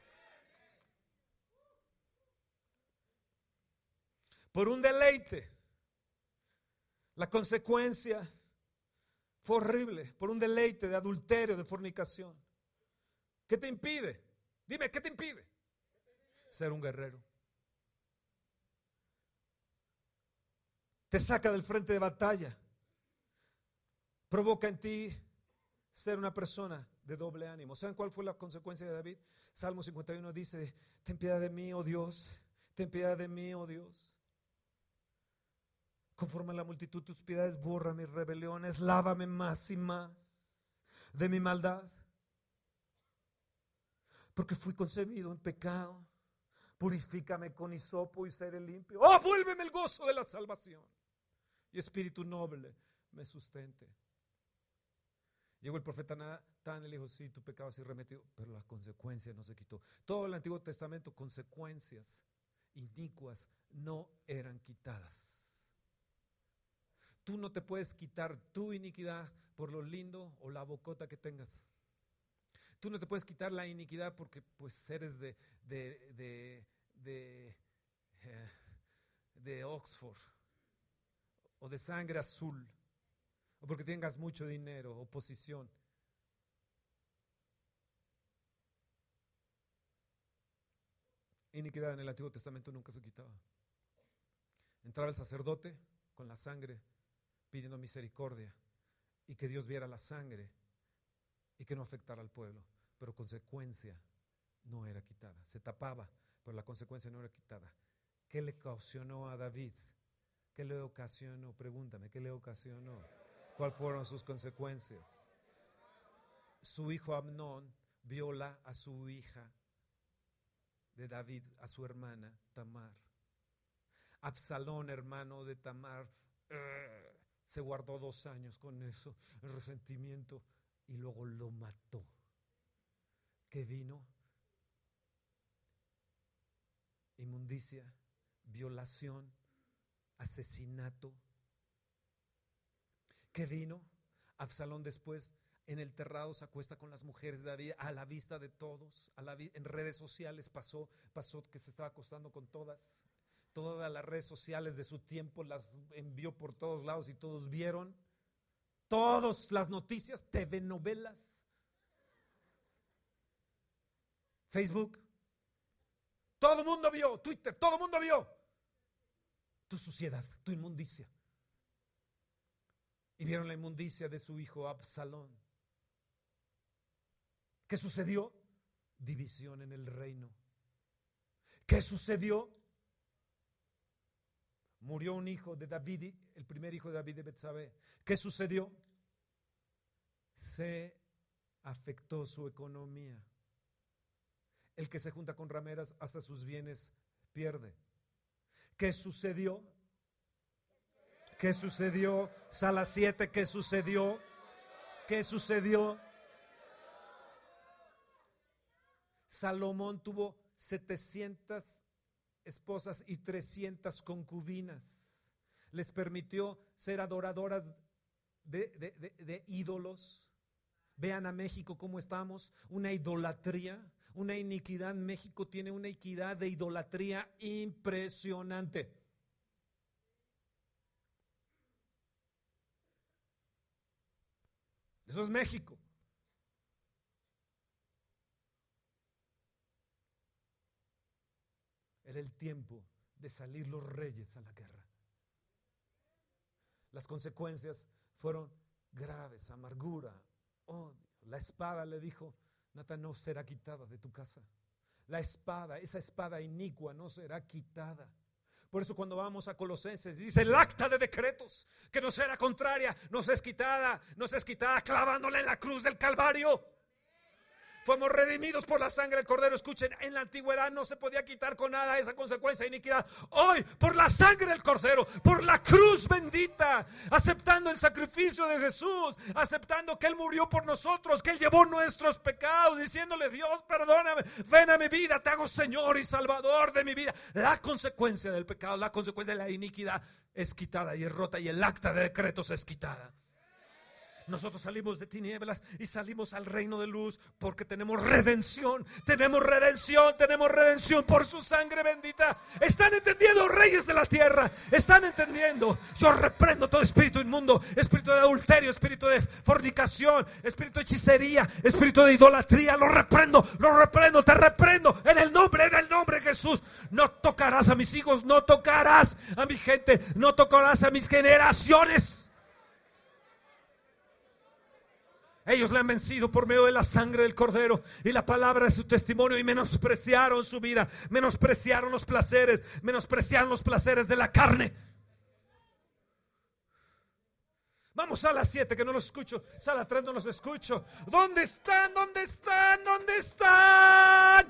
Por un deleite. La consecuencia fue horrible. Por un deleite de adulterio, de fornicación. ¿Qué te impide? Dime, ¿qué te impide? Ser un guerrero. Te saca del frente de batalla. Provoca en ti ser una persona de doble ánimo. ¿Saben cuál fue la consecuencia de David? Salmo 51 dice, ten piedad de mí, oh Dios, ten piedad de mí, oh Dios. Conforme a la multitud de tus piedades, borra mis rebeliones, lávame más y más de mi maldad. Porque fui concebido en pecado, purifícame con hisopo y seré limpio. Oh, vuélveme el gozo de la salvación y espíritu noble me sustente. Llegó el profeta Natán y le dijo, sí, tu pecado es irremediable, pero la consecuencia no se quitó. Todo el Antiguo Testamento, consecuencias inicuas no eran quitadas. Tú no te puedes quitar tu iniquidad por lo lindo o la bocota que tengas. Tú no te puedes quitar la iniquidad porque pues eres de Oxford o de sangre azul o porque tengas mucho dinero o posición. Iniquidad en el Antiguo Testamento nunca se quitaba. Entraba el sacerdote con la sangre pidiendo misericordia y que Dios viera la sangre y que no afectara al pueblo, pero consecuencia no era quitada. Se tapaba, pero la consecuencia no era quitada. ¿Qué le ocasionó a David? ¿Qué le ocasionó? Pregúntame, ¿qué le ocasionó? ¿Cuáles fueron sus consecuencias? Su hijo Amnón viola a su hija de David, a su hermana Tamar. Absalón, hermano de Tamar, se guardó 2 años con eso, el resentimiento, y luego lo mató. ¿Qué vino? Inmundicia, violación, asesinato. ¿Qué vino? Absalón después en el terrado se acuesta con las mujeres de David a la vista de todos, en redes sociales pasó que se estaba acostando con todas las redes sociales de su tiempo, las envió por todos lados y todos vieron, todas las noticias, TV novelas, Facebook, todo el mundo vio, Twitter, todo el mundo vio tu suciedad, tu inmundicia. Y vieron la inmundicia de su hijo Absalón. ¿Qué sucedió? División en el reino. ¿Qué sucedió? Murió un hijo de David, el primer hijo de David de Betsabé. ¿Qué sucedió? Se afectó su economía. El que se junta con rameras hasta sus bienes pierde. ¿Qué sucedió? ¿Qué sucedió? Sala 7, ¿qué sucedió? ¿Qué sucedió? Salomón tuvo 700 esposas y 300 concubinas. Les permitió ser adoradoras de ídolos. Vean a México cómo estamos, una idolatría, una iniquidad. México tiene una iniquidad de idolatría impresionante. Eso es México. Era el tiempo de salir los reyes a la guerra. Las consecuencias fueron graves, amargura, odio. La espada, le dijo Natán, no será quitada de tu casa. La espada, esa espada inicua no será quitada. Por eso cuando vamos a Colosenses dice el acta de decretos que nos era contraria, nos es quitada clavándola en la cruz del Calvario. Fuimos redimidos por la sangre del Cordero. Escuchen, en la antigüedad no se podía quitar con nada esa consecuencia de iniquidad. Hoy, por la sangre del Cordero, por la cruz bendita, aceptando el sacrificio de Jesús, aceptando que Él murió por nosotros, que Él llevó nuestros pecados, diciéndole: Dios, perdóname, ven a mi vida, te hago Señor y Salvador de mi vida. La consecuencia del pecado, la consecuencia de la iniquidad es quitada y es rota, y el acta de decretos es quitada. Nosotros salimos de tinieblas y salimos al reino de luz porque tenemos redención por su sangre bendita. ¿Están entendiendo, reyes de la tierra? ¿Están entendiendo? Yo reprendo todo espíritu inmundo, espíritu de adulterio, espíritu de fornicación, espíritu de hechicería, espíritu de idolatría. Lo reprendo, te reprendo en el nombre de Jesús. No tocarás a mis hijos, no tocarás a mi gente, no tocarás a mis generaciones. Ellos le han vencido por medio de la sangre del Cordero y la palabra de su testimonio, y menospreciaron su vida, menospreciaron los placeres de la carne. Vamos a las 7 que no los escucho, sala 3 no los escucho. ¿Dónde están? ¿Dónde están? ¿Dónde están?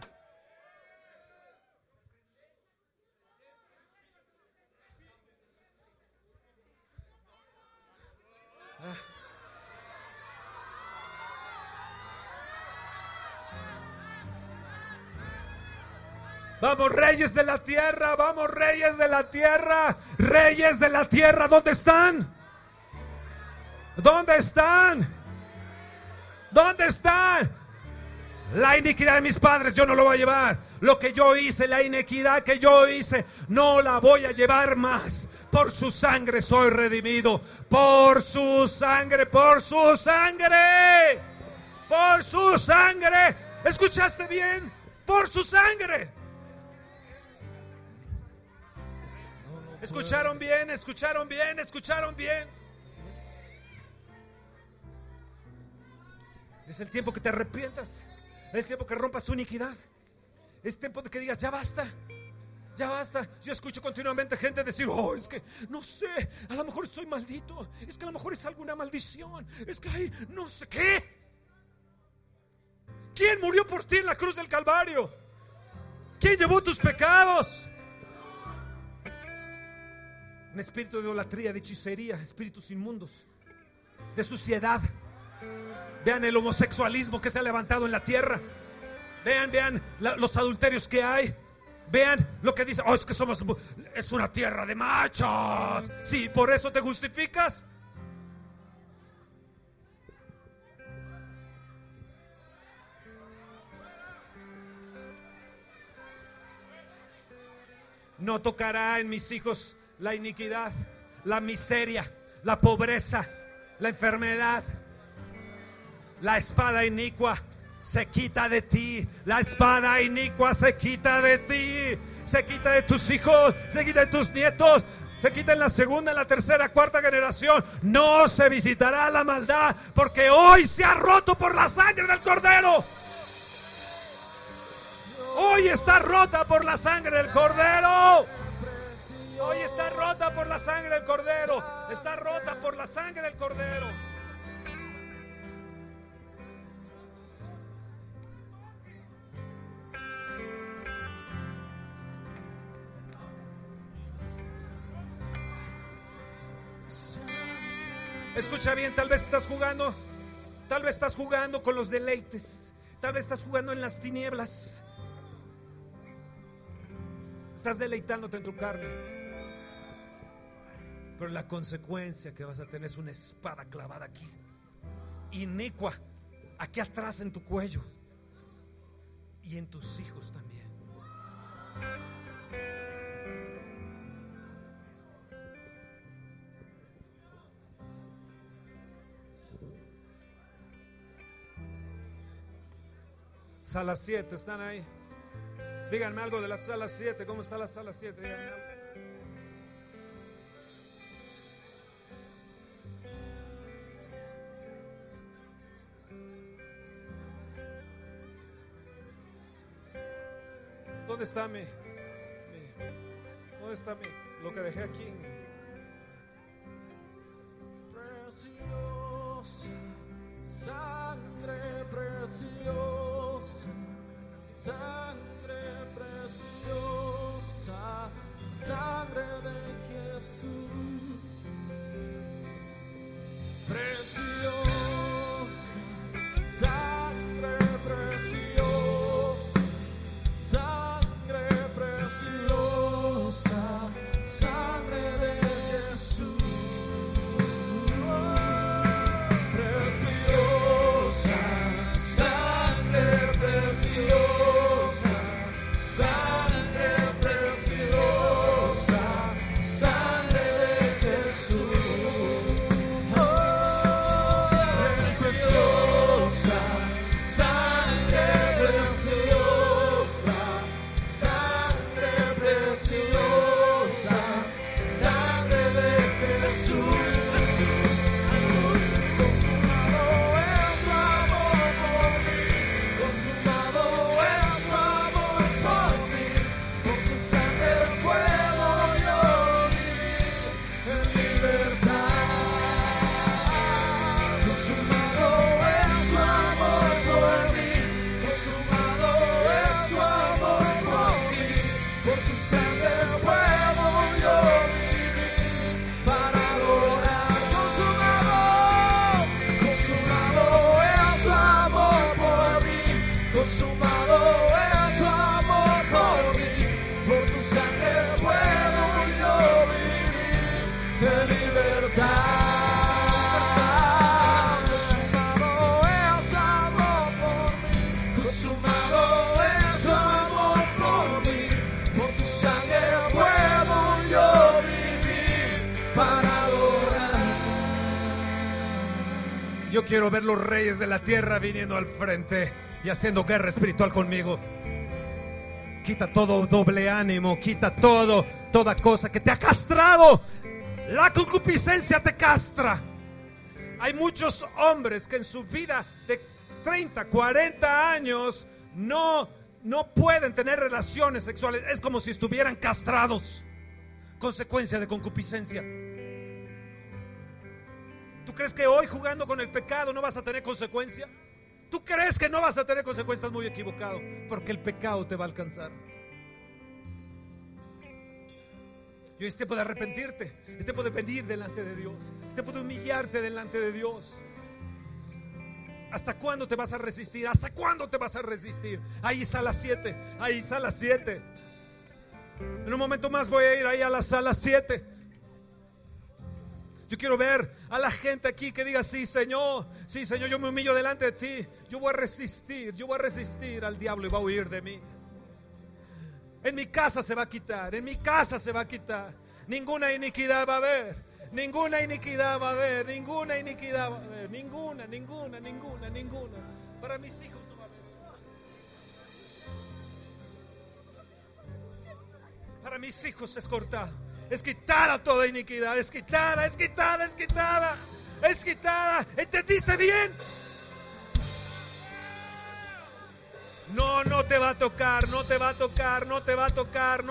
Vamos, reyes de la tierra, vamos, reyes de la tierra, reyes de la tierra, ¿dónde están? ¿Dónde están? ¿Dónde están? La iniquidad de mis padres yo no lo voy a llevar. Lo que yo hice, la iniquidad que yo hice, no la voy a llevar más. Por su sangre soy redimido. Por su sangre, por su sangre. Por su sangre. ¿Escuchaste bien? Por su sangre. ¿Escucharon bien? ¿Escucharon bien? ¿Escucharon bien? Es el tiempo que te arrepientas. Es tiempo que rompas tu iniquidad. Es tiempo de que digas, ya basta. Ya basta. Yo escucho continuamente gente decir, oh, es que no sé, a lo mejor estoy maldito. Es que a lo mejor es alguna maldición. Es que hay no sé qué. ¿Quién murió por ti en la cruz del Calvario? ¿Quién llevó tus pecados? Un espíritu de idolatría, de hechicería, espíritus inmundos, de suciedad. Vean el homosexualismo que se ha levantado en la tierra. Vean los adulterios que hay. Vean lo que dice, oh, es que es una tierra de machos. Sí, por eso te justificas. No tocará en mis hijos la iniquidad, la miseria, la pobreza, la enfermedad. La espada inicua se quita de ti. La espada inicua se quita de ti. Se quita de tus hijos, se quita de tus nietos, se quita en la segunda, en la tercera, cuarta generación. No se visitará la maldad, porque hoy se ha roto por la sangre del Cordero. Hoy está rota por la sangre del Cordero. Hoy está rota por la sangre del Cordero. Está rota por la sangre del Cordero. Escucha bien, tal vez estás jugando con los deleites, tal vez estás jugando en las tinieblas, estás deleitándote en tu carne, pero la consecuencia que vas a tener es una espada clavada aquí, inicua, aquí atrás en tu cuello y en tus hijos también. Sala 7, ¿están ahí? Díganme algo de la sala 7. ¿Cómo está la sala 7? Díganme algo. ¿Dónde está lo que dejé aquí? Preciosa, sangre preciosa, sangre preciosa, sangre de Jesús. Preciosa, sangre preciosa, sangre preciosa, sangre de Jesús. Preciosa, sangre preciosa, sangre preciosa, sangre de Jesús. Preciosa, sangre preciosa, sangre preciosa, sangre de Jesús. Consumado es su amor por mí, por su sangre puedo yo vivir en libertad. Consumado es su amor por mí, consumado es su amor por mí, por su sangre puedo yo vivir para adorar. Consumado es su amor por mí, consumado es su amor por mí, por tu sangre puedo yo vivir en libertad. Consumado es su amor por mí, consumado Yo quiero ver los reyes de la tierra viniendo al frente y haciendo guerra espiritual conmigo. Quita todo doble ánimo, quita toda cosa que te ha castrado. La concupiscencia te castra. Hay muchos hombres que en su vida de 30, 40 años no pueden tener relaciones sexuales. Es como si estuvieran castrados. Consecuencia de concupiscencia. ¿Tú crees que hoy jugando con el pecado no vas a tener consecuencia? ¿Tú crees que no vas a tener consecuencias? Estás muy equivocado, porque el pecado te va a alcanzar. Y hoy es tiempo de arrepentirte, es tiempo de venir delante de Dios, es tiempo de humillarte delante de Dios. ¿Hasta cuándo te vas a resistir? ¿Hasta cuándo te vas a resistir? Ahí sala 7, ahí sala 7. En un momento más voy a ir ahí a la sala 7. Yo quiero ver a la gente aquí que diga: sí, Señor, yo me humillo delante de ti. Yo voy a resistir al diablo y va a huir de mí. En mi casa se va a quitar, en mi casa se va a quitar. Ninguna iniquidad va a haber, ninguna iniquidad va a haber, ninguna iniquidad va a haber, ninguna. Para mis hijos no va a haber. Para mis hijos es cortado. Es quitada toda iniquidad, es quitada. ¿Entendiste bien? No te va a tocar. No te va a tocar. No te va a tocar.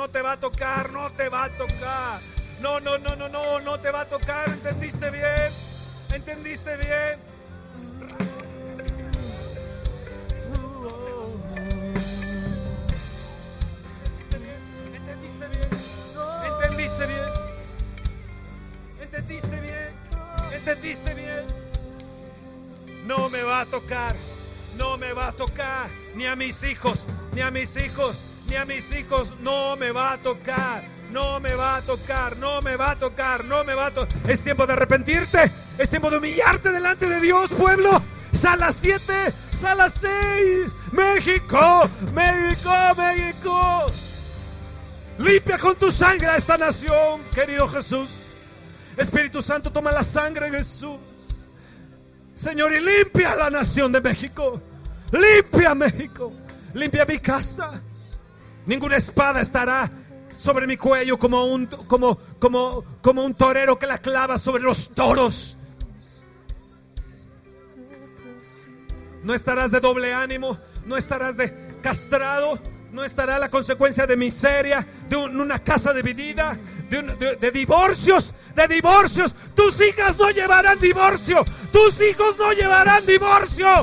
¿Entendiste bien? ¿Entendiste bien? ¿Entendiste bien? No me va a tocar. No me va a tocar. Ni a mis hijos. No me va a tocar. Es tiempo de arrepentirte. Es tiempo de humillarte delante de Dios, pueblo. Sala 7, sala 6. México. Limpia con tu sangre a esta nación, querido Jesús. Espíritu Santo, toma la sangre de Jesús, Señor, y limpia la nación de México. Limpia México. Limpia mi casa. Ninguna espada estará sobre mi cuello como un torero que la clava sobre los toros. No estarás de doble ánimo. No estarás de castrado. No estará la consecuencia de miseria, de una casa dividida, de divorcios. Tus hijas no llevarán divorcio. Tus hijos no llevarán divorcio.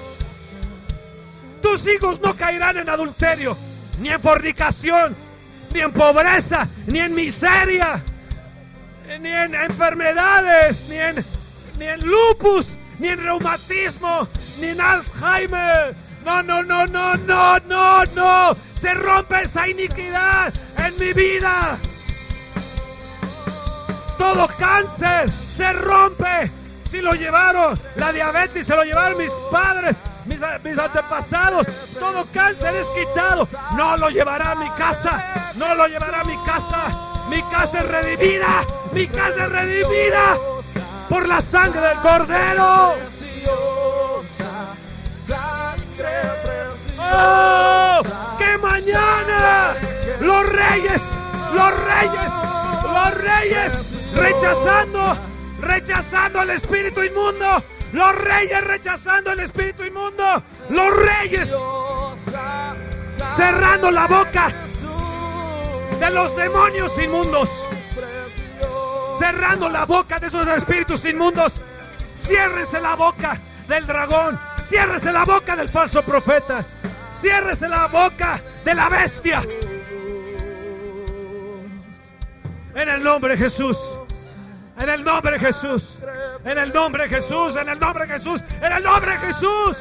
Tus hijos no caerán en adulterio, ni en fornicación, ni en pobreza, ni en miseria, ni en enfermedades, ni en lupus, ni en reumatismo, ni en Alzheimer. No. Se rompe esa iniquidad en mi vida. Todo cáncer se rompe. Si lo llevaron, la diabetes se lo llevaron mis padres, mis antepasados. Todo cáncer es quitado. No lo llevará a mi casa. Mi casa es redimida. Por la sangre del Cordero. ¡Oh! ¡Que mañana los reyes rechazando al espíritu inmundo! Los reyes rechazando el espíritu inmundo. Los reyes cerrando la boca de los demonios inmundos. Cerrando la boca de esos espíritus inmundos. Ciérrese la boca del dragón. Ciérrese la boca del falso profeta. Ciérrese la boca de la bestia. En el nombre de Jesús. En el nombre de Jesús. En el nombre de Jesús. En el nombre de Jesús. En el nombre de Jesús.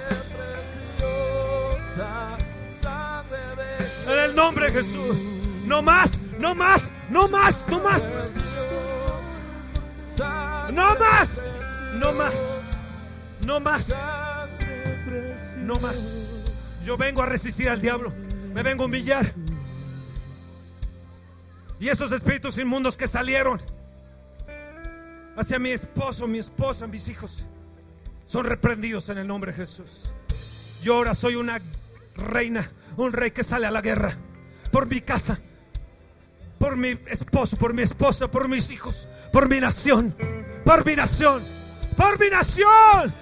En el nombre de Jesús. No más. No más. No más. No más. No más. No más. No más. No más. Yo vengo a resistir al diablo. Me vengo a humillar. Y estos espíritus inmundos que salieron hacia mi esposo, mi esposa, mis hijos, son reprendidos en el nombre de Jesús. Yo ahora soy una reina, un rey que sale a la guerra por mi casa, por mi esposo, por mi esposa, por mis hijos, por mi nación, por mi nación, por mi nación,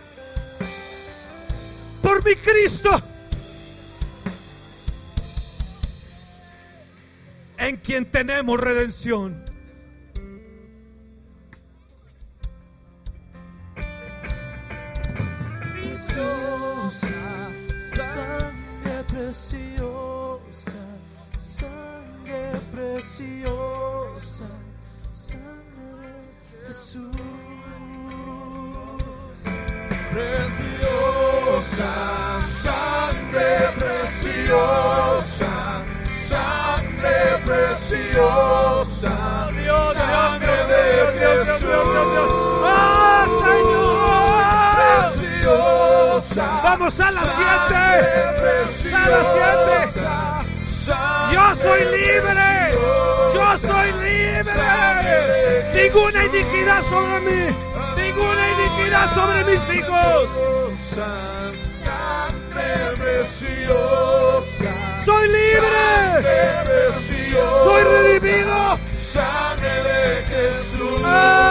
por mi Cristo, en quien tenemos redención. Preciosa, sangre preciosa, sangre preciosa, sangre de Jesús. Preciosa, sangre preciosa, sangre preciosa, Dios, sangre de Jesús. ¡Ah, Señor! Preciosa, Vamos a las 7. A las 7. Yo soy libre. Yo soy libre. Ninguna iniquidad sobre mí. Ninguna iniquidad sobre mis hijos. Sangre preciosa. Soy libre. Soy redimido. Sangre de Jesús.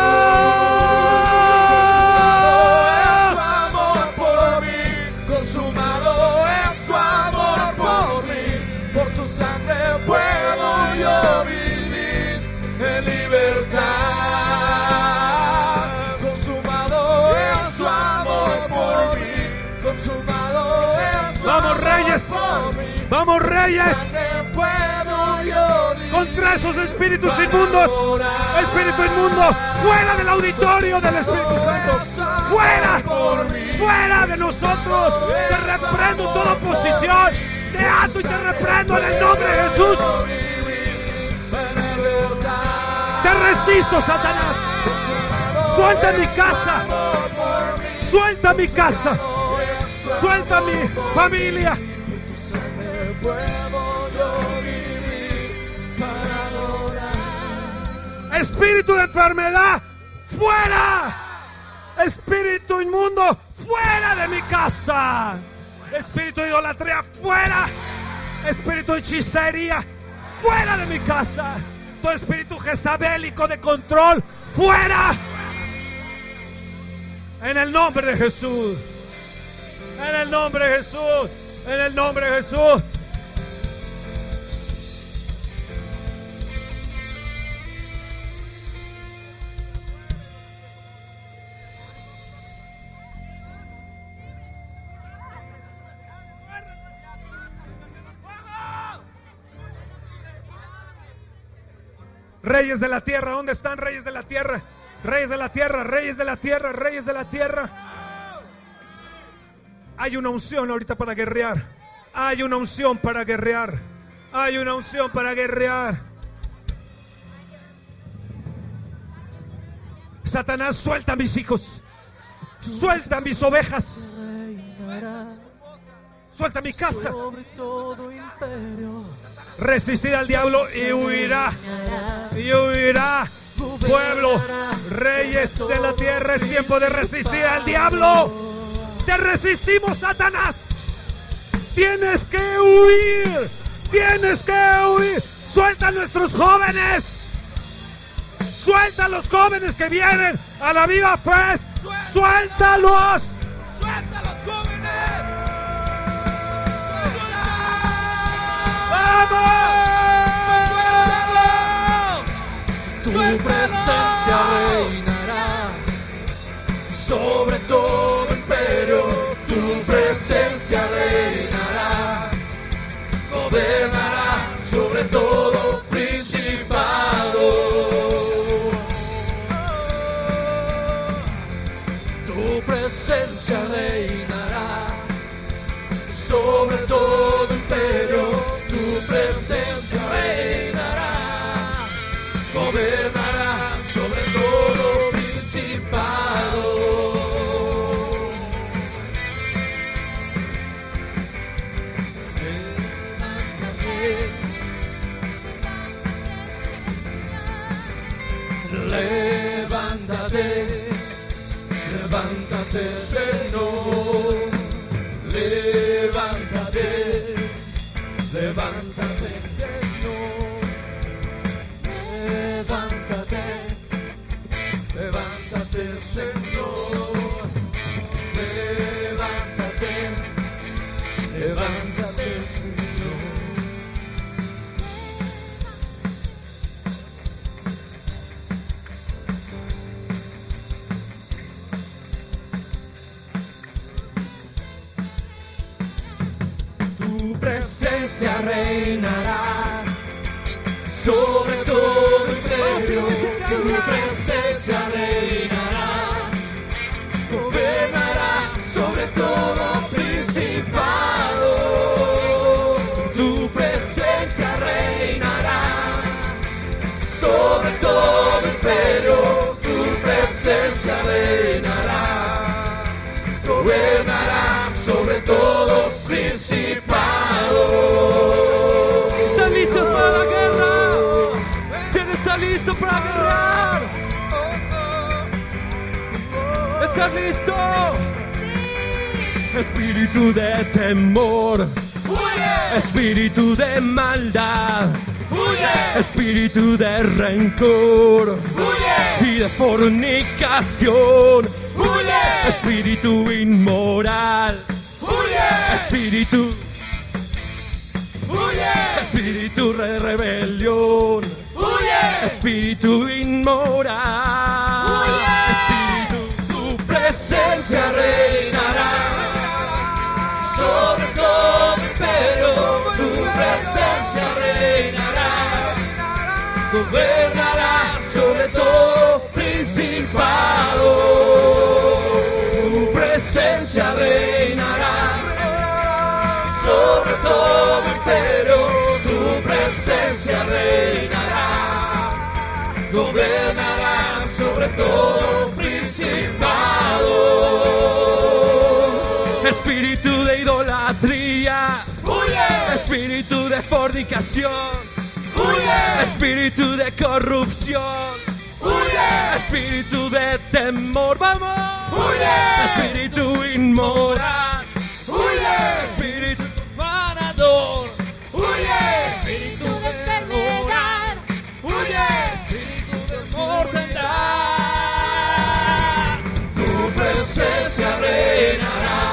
Consumado es tu amor por mí, por tu sangre puedo yo vivir en libertad. Consumado es tu amor por mí, consumado es tu Vamos, amor reyes. por mí. Vamos, reyes. Sangre puedo yo vivir Contra esos espíritus inmundos. Espíritu inmundo, fuera del auditorio del Espíritu Santo. Fuera. Fuera de nosotros. Te reprendo toda oposición. Te ato y te reprendo en el nombre de Jesús. Te resisto, Satanás. Suelta mi casa. Suelta mi casa. Suelta mi familia. Espíritu de enfermedad, fuera. Espíritu inmundo, fuera de mi casa. Espíritu de idolatría, fuera. Espíritu de hechicería, fuera de mi casa. Todo espíritu jezabélico de control, fuera. En el nombre de Jesús. En el nombre de Jesús. En el nombre de Jesús. Reyes de la tierra, ¿dónde están reyes de la tierra? Reyes de la tierra, reyes de la tierra, reyes de la tierra. Hay una unción ahorita para guerrear. Hay una unción para guerrear. Hay una unción para guerrear. Satanás, suelta a mis hijos. Suelta a mis ovejas. Suelta mi casa. Resistid al diablo y huirá. Y huirá. Pueblo, reyes de la tierra, es tiempo de resistir al diablo. Te resistimos, Satanás. Tienes que huir. Tienes que huir. Suelta a nuestros jóvenes. Suelta a los jóvenes que vienen a la Viva Fest. Suéltalos. Suelta a los jóvenes. ¡Vamos! Tu presencia reinará sobre todo imperio. Tu presencia reinará, gobernará sobre todo principado. Tu presencia reinará sobre todo imperio. Tu presencia reinará, gobernará sobre todo principado. levántate, Señor, levántate, levántate, Señor, levántate, levántate, Señor, levántate, levántate, Señor. Tu presencia reinará sobre todo imperio, tu presencia reinará, gobernará sobre todo principado. Tu presencia reinará sobre todo imperio, tu presencia reinará, gobernará sobre todo principado. ¿Están listos para la guerra? ¿Quién está listo para guerrear? ¿Estás listo? Espíritu de temor, ¡Huye! espíritu de maldad, ¡Huye! espíritu de rencor ¡Huye! y de fornicación, ¡Huye! espíritu inmoral, ¡Huye! espíritu, ¡Huye! espíritu de rebelión, ¡Huye! espíritu inmoral, espíritu, Tu presencia reinará sobre todo imperio, tu presencia reinará, gobernará sobre todo principado. Tu presencia reinará sobre todo imperio, tu presencia reinará, gobernará sobre todo principado. espíritu de idolatría, ¡Huye! espíritu de fornicación, ¡Huye! espíritu de corrupción, ¡Huye! espíritu de temor, vamos, ¡Huye! espíritu inmoral, ¡Huye! espíritu profanador, ¡Huye! espíritu de enfermedad, huye, espíritu de mortandad, Tu presencia reinará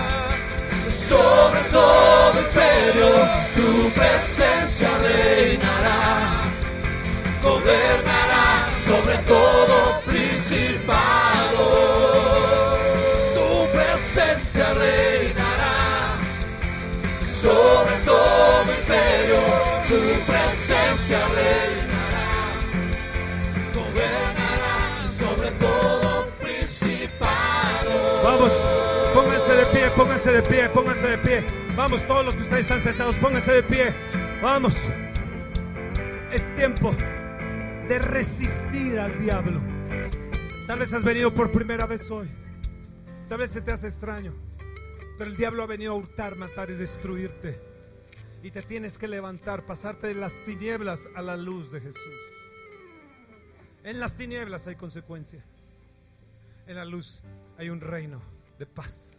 sobre todo imperio, tu presencia reinará, gobernará sobre todo principado. Tu presencia reinará sobre todo imperio, tu presencia reinará, gobernará sobre todo principado. Vamos, pónganse de pie, pónganse de pie, pónganse de pie. Vamos, todos los que ustedes están sentados, pónganse de pie. Vamos. Es tiempo de resistir al diablo. Tal vez has venido por primera vez hoy. Tal vez se te hace extraño. Pero el diablo ha venido a hurtar, matar y destruirte. Y te tienes que levantar, pasarte de las tinieblas a la luz de Jesús. En las tinieblas hay consecuencia. En la luz hay un reino de paz.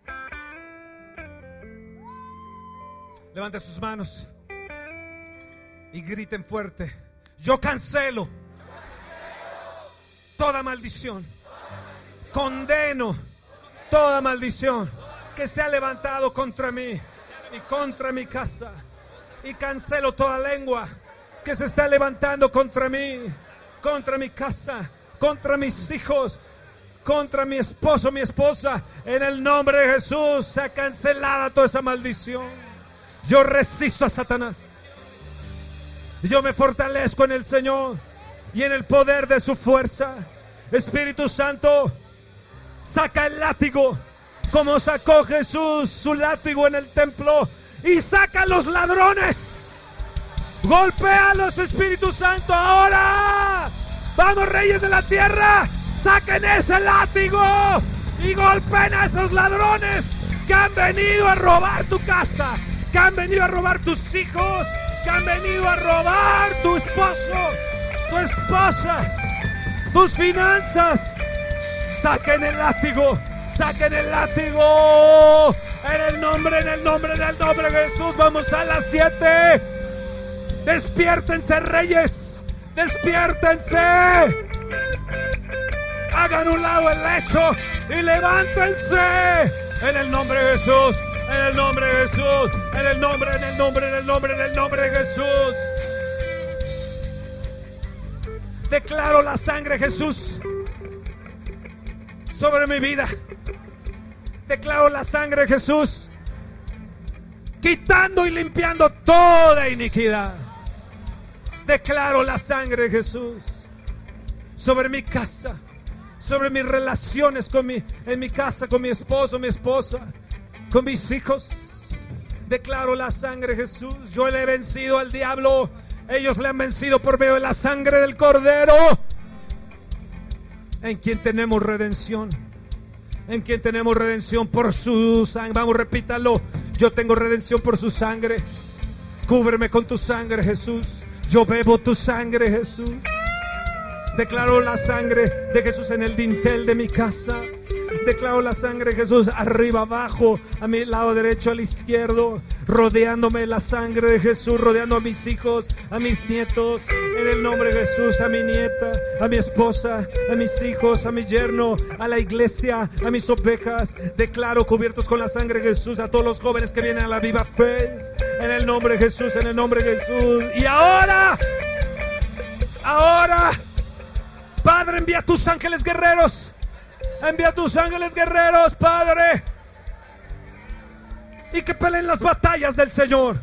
Levanten sus manos y griten fuerte: yo cancelo toda maldición, condeno toda maldición que se ha levantado contra mí y contra mi casa, y cancelo toda lengua que se está levantando contra mí, contra mi casa, contra mis hijos, contra mi esposo, mi esposa. En el nombre de Jesús se ha cancelado toda esa maldición. Yo resisto a Satanás. Yo me fortalezco en el Señor y en el poder de su fuerza. Espíritu Santo, saca el látigo como sacó Jesús su látigo en el templo, y saca a los ladrones. Golpéalos, Espíritu Santo, ahora. Vamos, reyes de la tierra, saquen ese látigo y golpeen a esos ladrones que han venido a robar tu casa, que han venido a robar tus hijos, que han venido a robar tu esposo, tu esposa, tus finanzas. Saquen el látigo. Saquen el látigo. En el nombre de Jesús. Vamos a las 7. Despiértense, reyes. Despiértense. Hagan un lado el lecho y levántense. En el nombre de Jesús. En el nombre de Jesús. En el nombre de Jesús. Declaro la sangre de Jesús sobre mi vida. Declaro la sangre de Jesús quitando y limpiando toda iniquidad. Declaro la sangre de Jesús sobre mi casa, sobre mis relaciones en mi casa, con mi esposo, mi esposa, con mis hijos. Declaro la sangre de Jesús. Yo le he vencido al diablo. Ellos le han vencido por medio de la sangre del Cordero, en quien tenemos redención. En quien tenemos redención por su sangre. Vamos, repítalo. Yo tengo redención por su sangre. Cúbreme con tu sangre, Jesús. Yo bebo tu sangre, Jesús. Declaro la sangre de Jesús en el dintel de mi casa. Declaro la sangre de Jesús arriba, abajo, a mi lado derecho, al izquierdo, rodeándome la sangre de Jesús, rodeando a mis hijos, a mis nietos, en el nombre de Jesús, a mi nieta, a mi esposa, a mis hijos, a mi yerno, a la iglesia, a mis ovejas. Declaro cubiertos con la sangre de Jesús a todos los jóvenes que vienen a la Viva Fe, en el nombre de Jesús, en el nombre de Jesús. Y ahora, Padre, envía tus ángeles guerreros. Envía tus ángeles guerreros, Padre, y que peleen las batallas del Señor.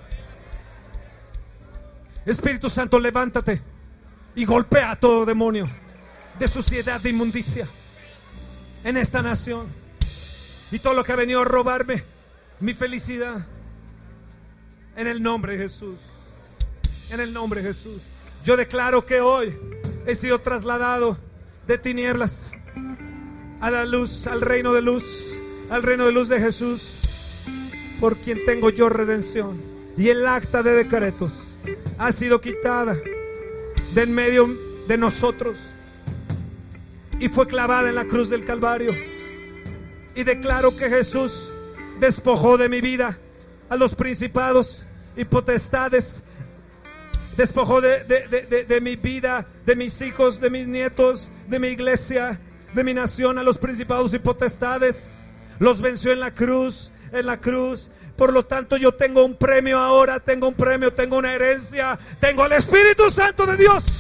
Espíritu Santo, levántate y golpea a todo demonio de suciedad, de inmundicia en esta nación, y todo lo que ha venido a robarme mi felicidad. En el nombre de Jesús. En el nombre de Jesús. Yo declaro que hoy he sido trasladado de tinieblas a la luz, al reino de luz, al reino de luz de Jesús, por quien tengo yo redención. Y el acta de decretos ha sido quitada de en medio de nosotros y fue clavada en la cruz del Calvario. Y declaro que Jesús despojó de mi vida a los principados y potestades, despojó de mi vida, de mis hijos, de mis nietos, de mi iglesia, de mi nación, a los principados y potestades. Los venció en la cruz, Por lo tanto, yo tengo un premio ahora, tengo una herencia, tengo el Espíritu Santo de Dios.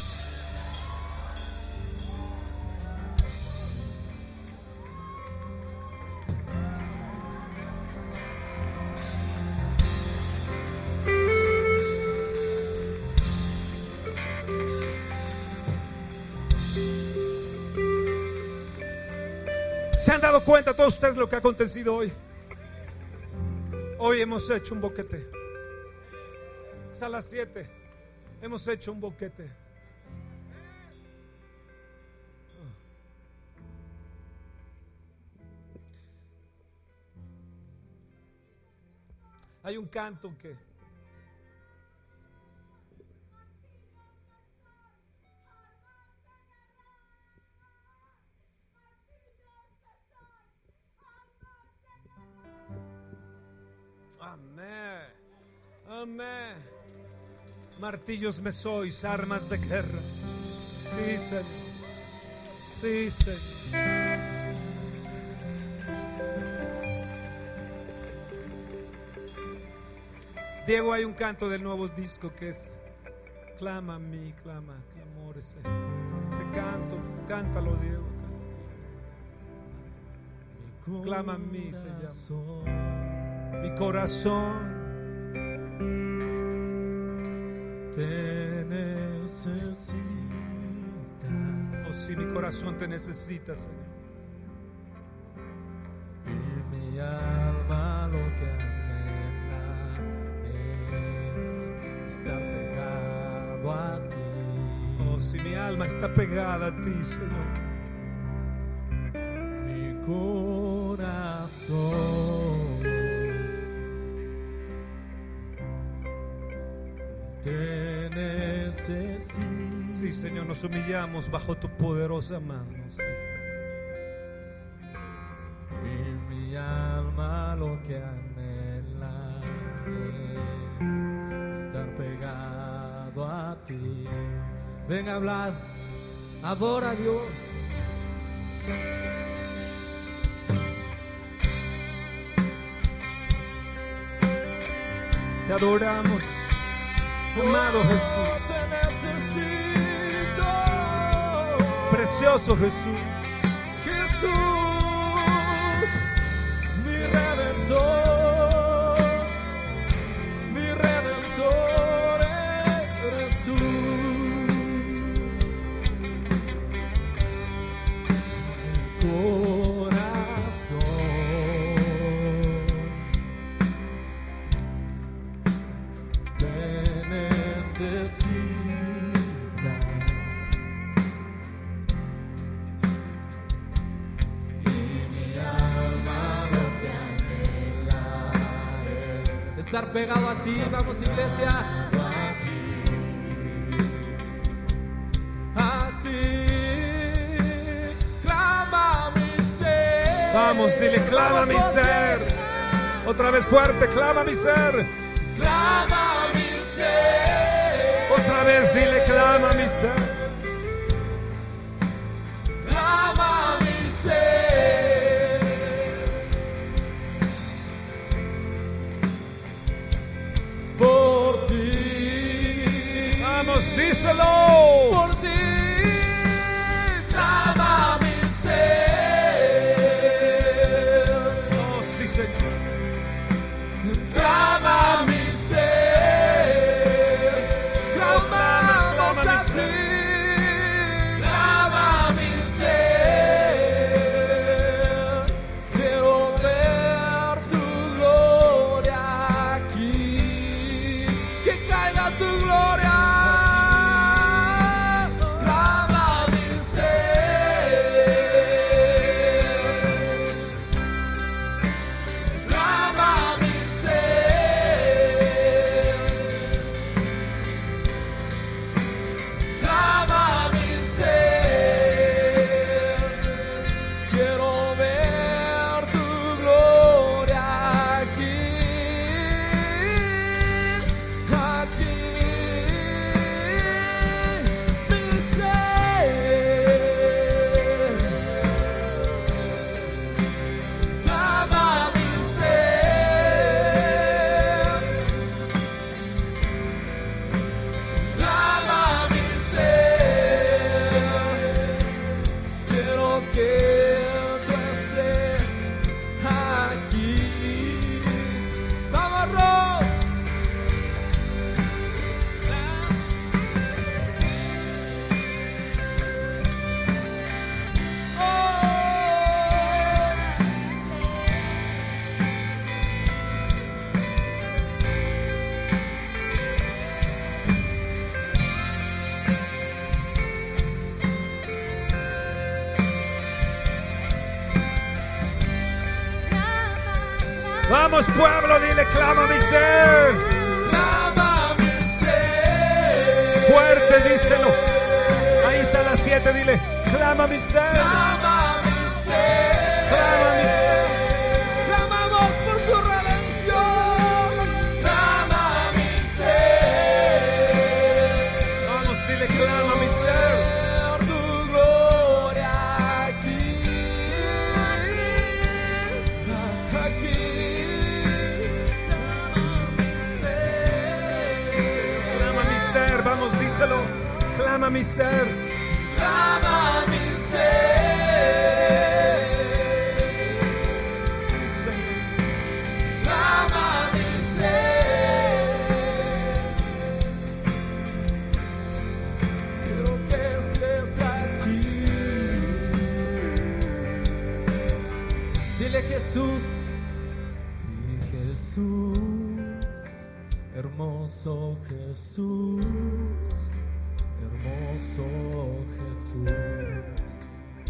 ¿Se han dado cuenta todos ustedes lo que ha acontecido hoy? Hoy hemos hecho un boquete. Es a las 7. Hemos hecho un boquete. Hay un canto que amén. Martillos me sois, armas de guerra. Sí, Señor. Sí, Señor. Diego, hay un canto del nuevo disco que es clama a mí, clamor, ese canto, cántalo, Diego, cántalo. Clama a mí, se llama. Mi corazón te necesita. Oh, sí, mi corazón te necesita, Señor. Y mi alma lo que anhela es estar pegado a ti. Oh, sí, mi alma está pegada a ti, Señor. Mi corazón te necesito. Sí, Señor, nos humillamos bajo tu poderosa mano. que anhelas es estar pegado a ti. Ven a hablar, adora a Dios. Te adoramos, amado Jesús, Te necesito, precioso Jesús. Jesús, mi redentor eres tú. Estar pegado a ti, vamos iglesia. A ti, clama mi ser. Vamos, dile, clama mi ser. Otra vez fuerte, clama mi ser. Clama mi ser. Otra vez dile, clama mi ser. Clama mi ser. Por ti, Vamos, díselo. por ti, clama mi ser. Oh, sí, Señor. Clama mi ser. Clamamos clama mi a ser. ti. Clama mi ser. Quiero ver tu gloria aquí. Que caiga tu gloria. Clama mi ser. Clama mi ser. Clama mi ser. Quiero ver tu gloria aquí. Aquí. Mi ser. Clama mi ser. Clama mi ser. Quiero que tú estés aquí. Vamos, Ro. Vamos, pueblo, dile, clama mi ser. Clama mi ser. Fuerte, díselo. Ahí está las 7, dile, clama mi ser. Clama mi ser. Clama mi ser. Clamamos por tu redención. Clama mi ser. Vamos, dile, clama mi ser. Ver tu gloria aquí. Aquí. Clama mi ser. Clama mi ser, vamos, díselo. Clama mi ser. Clama mi ser. Clama mi ser. Quiero que estés aquí. Dile Jesús. Y Jesús, hermoso Jesús, hermoso Jesús.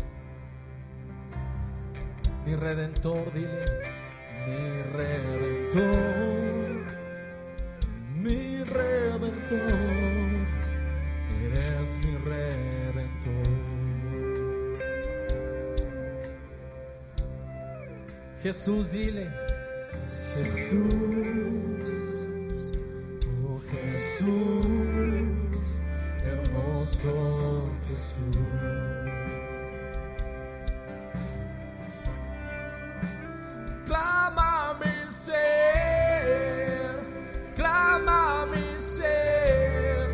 Mi redentor, dile, mi redentor, mi redentor, eres mi redentor. Jesús, dile, Jesús, oh Jesús, hermoso Jesús. Clama mi ser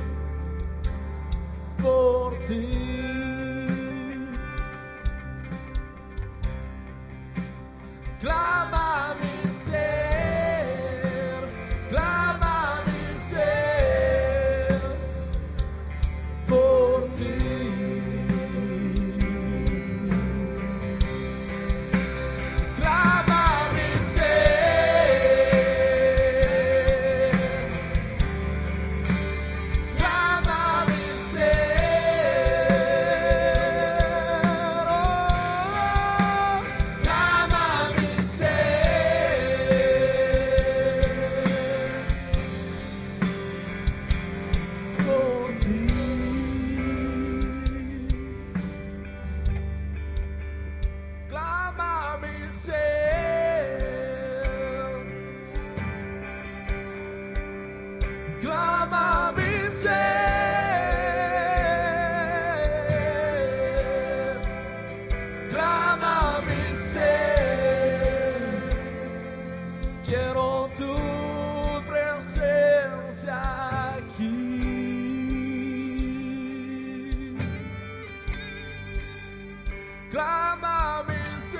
por ti. Clama mi ser por ti. Clama mi quiero tu presencia aquí. Clama mi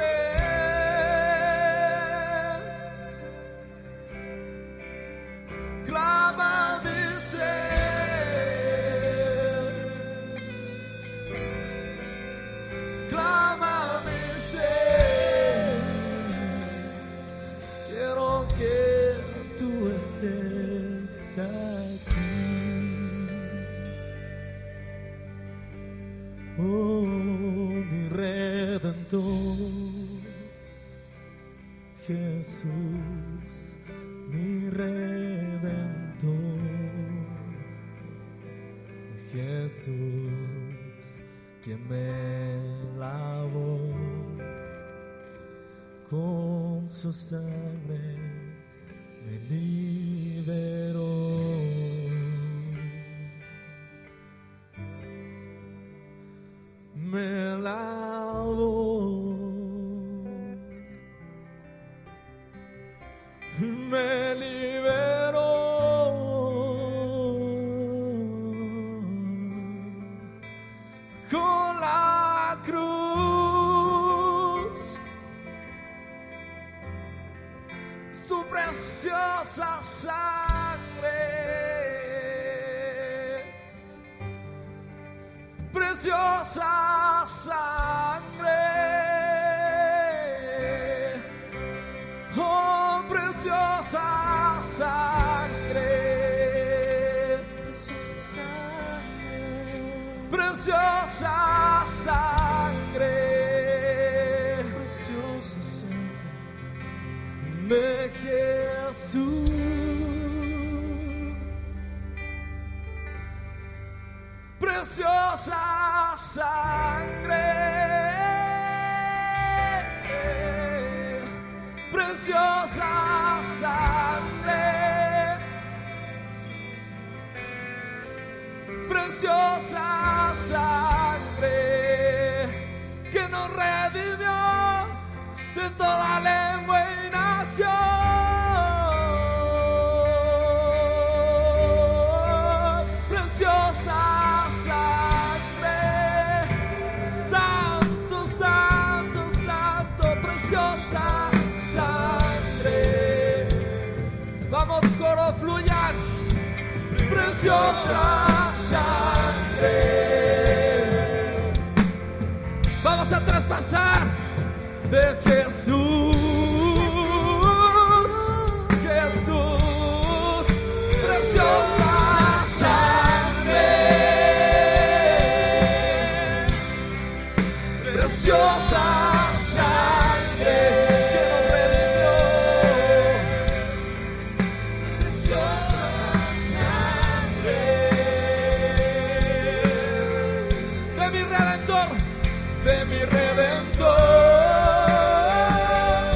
ser, clama mi ser, clama mi ser. Quiero que tú estés aquí. Oh, mi Redentor, Jesús, mi Redentor, Jesús, que me lavó con su sangre, me liberó. Me lavó, me liberó con la cruz, su preciosa sangre, preciosa sangre, oh preciosa sangre, preciosa sangre, preciosa sangre, preciosa sangre de Jesús, preciosa sangre, preciosa sangre, preciosa sangre que nos redimió de toda lengua y nación. Preciosa sangre, santo, santo, santo, preciosa sangre. Vamos, coro, fluyan. Preciosa sangre. Vamos a traspasar de Jesús, Jesús, preciosa sangre, preciosa sangre que nos redimió, preciosa sangre de mi Redentor, de mi Redentor.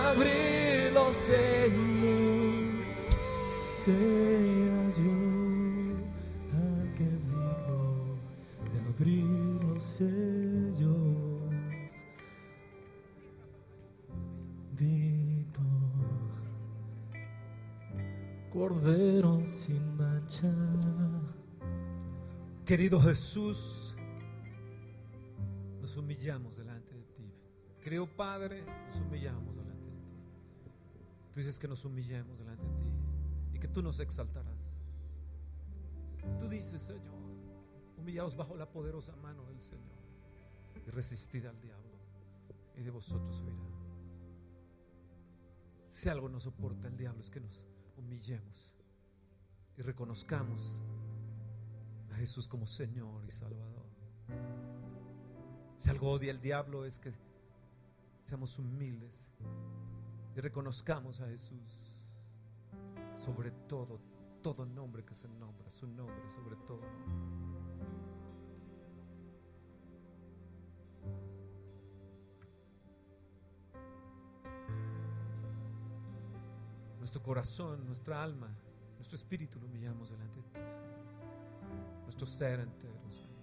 abrir los sellos. Sea yo al que es digno de abrir los sellos. Digno, Cordero sin mancha. Querido Jesús, nos humillamos delante de ti. Querido Padre, nos humillamos delante de ti. Tú dices que nos humillemos delante de ti y que tú nos exaltarás. Tú dices, Señor, humillaos bajo la poderosa mano del Señor y resistid al diablo, y de vosotros huirá. Si algo no soporta el diablo es que nos humillemos y reconozcamos a Jesús como Señor y Salvador. Si algo odia el diablo es que seamos humildes y reconozcamos a Jesús sobre todo nombre que se nombra, su nombre sobre todo nombre. Nuestro corazón, nuestra alma, nuestro espíritu lo humillamos delante de ti, Señor. Nuestro ser entero, Señor.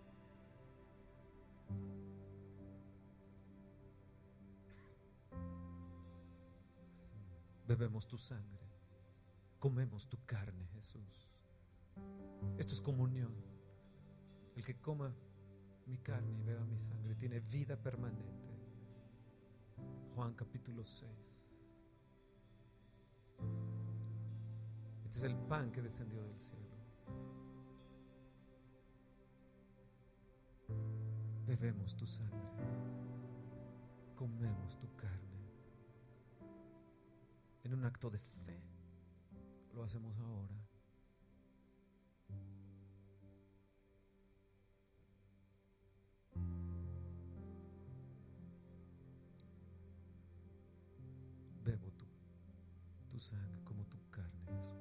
Bebemos tu sangre, comemos tu carne, Jesús. Esto es comunión. El que coma mi carne y beba mi sangre tiene vida permanente. Juan capítulo 6. Este es el pan que descendió del cielo. Bebemos tu sangre, comemos tu carne. En un acto de fe, lo hacemos ahora. Bebo tu sangre como tu carne, Jesús.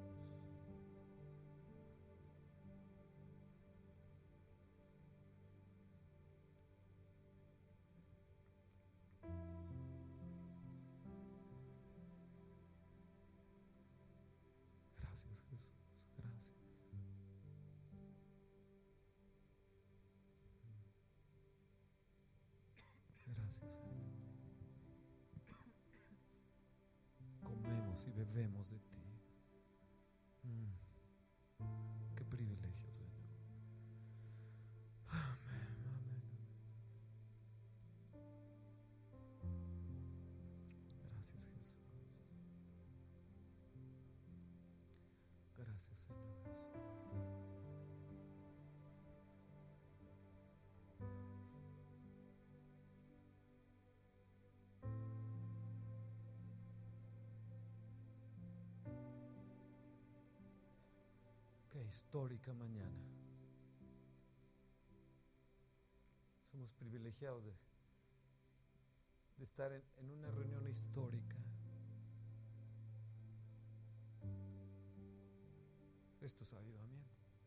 Gracias, Jesús. Gracias. Gracias, Señor. Comemos y bebemos de ti. Qué privilegio, Señor. Amén, amén. Gracias, Jesús. Gracias, Señor Jesús. Qué histórica mañana. Somos privilegiados de estar en una reunión histórica. Esto es avivamiento.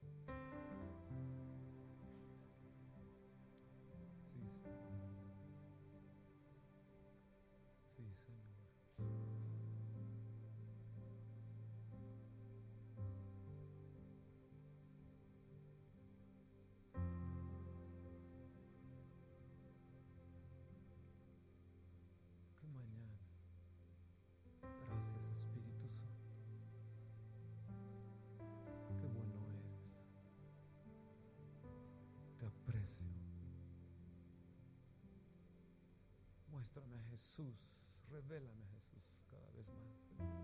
Sí, Señor. Sí, Señor. Qué mañana. Gracias, Espíritu Santo. Qué bueno eres. Te aprecio. Muéstrame a Jesús. Revélame a Jesús cada vez más.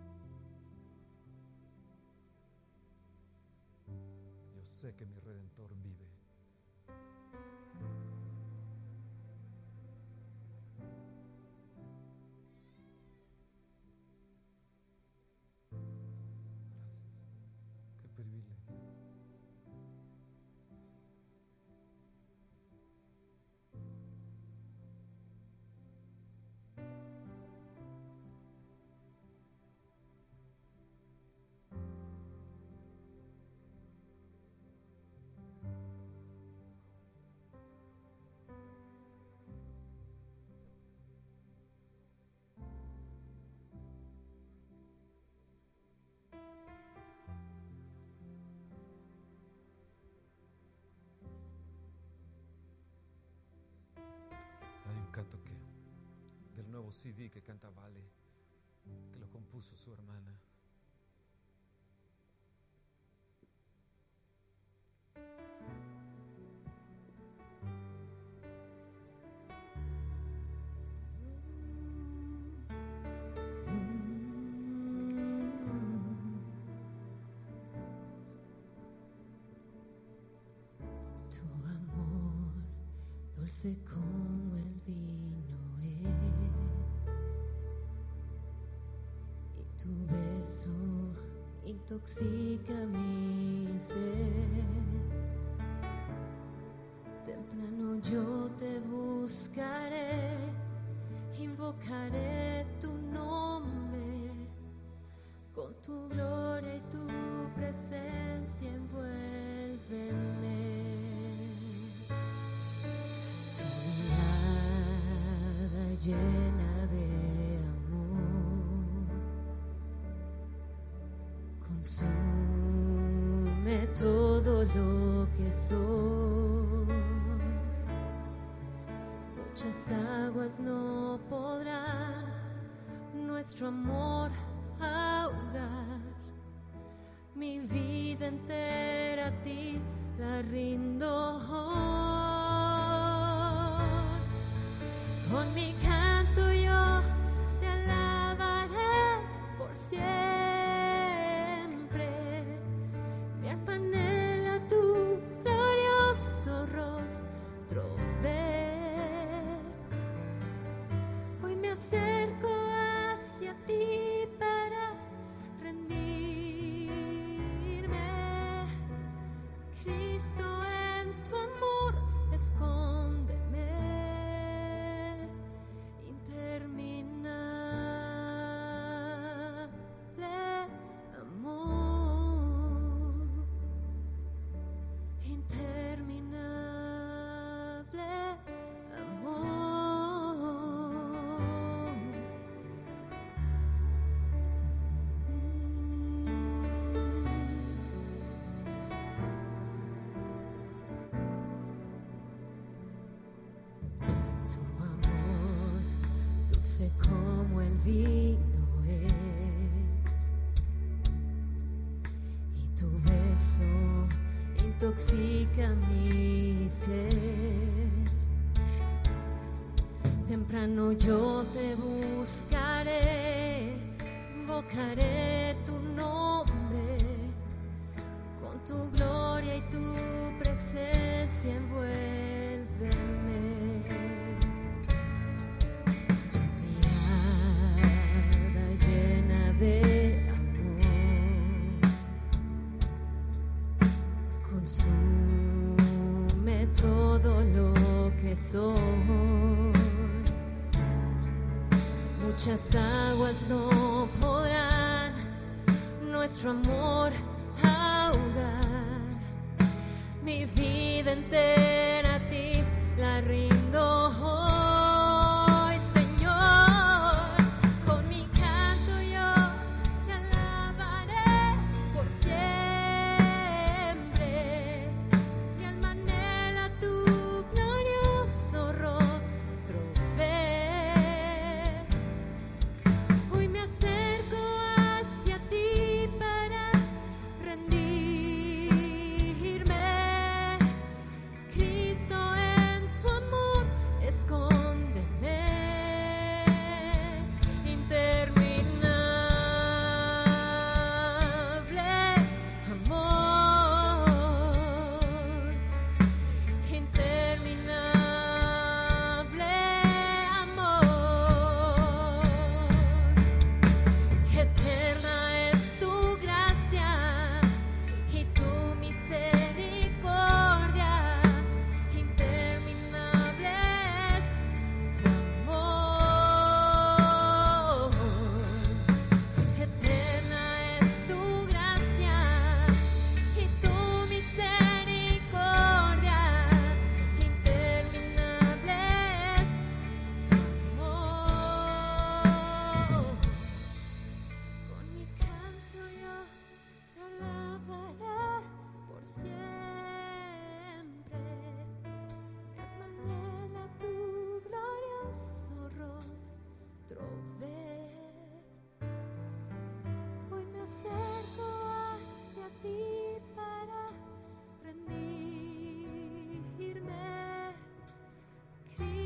Yo sé que mi Redentor vive. Gracias. Qué privilegio. nuevo CD que canta Vale, que lo compuso su hermana. Tu amor, dulce como el vino es, y tu beso intoxica mi ser. Temprano yo te buscaré, invocaré tu nombre, con tu gloria y tu presencia envuélveme. Tu mirada llena de amor consume todo lo que soy. Muchas aguas no podrán nuestro amor ahogar. Mi vida entera a ti la rindo hoy. Con mi canto yo te alabaré por siempre. Mi alma anhela tu glorioso rostro ver. Hoy me acerco hacia ti para rendirme. Cristo, en tu amor escóndeme. Interminable amor. Interminable amor. Tu amor, dulce como el vino es, y tu beso intoxica mi ser. Temprano yo te buscaré, invocaré tu nombre, con tu gloria y tu presencia envuélveme. Tu mirada llena de amor consume todo lo que soy. Muchas aguas no podrán nuestro amor ahogar. Mi vida entera a ti la rindo hoy, Señor. Con mi canto yo te alabaré por siempre. Mi alma anhela tu glorioso rostro ver. Hoy me acerco hacia ti para rendirme. Cristo, en tu amor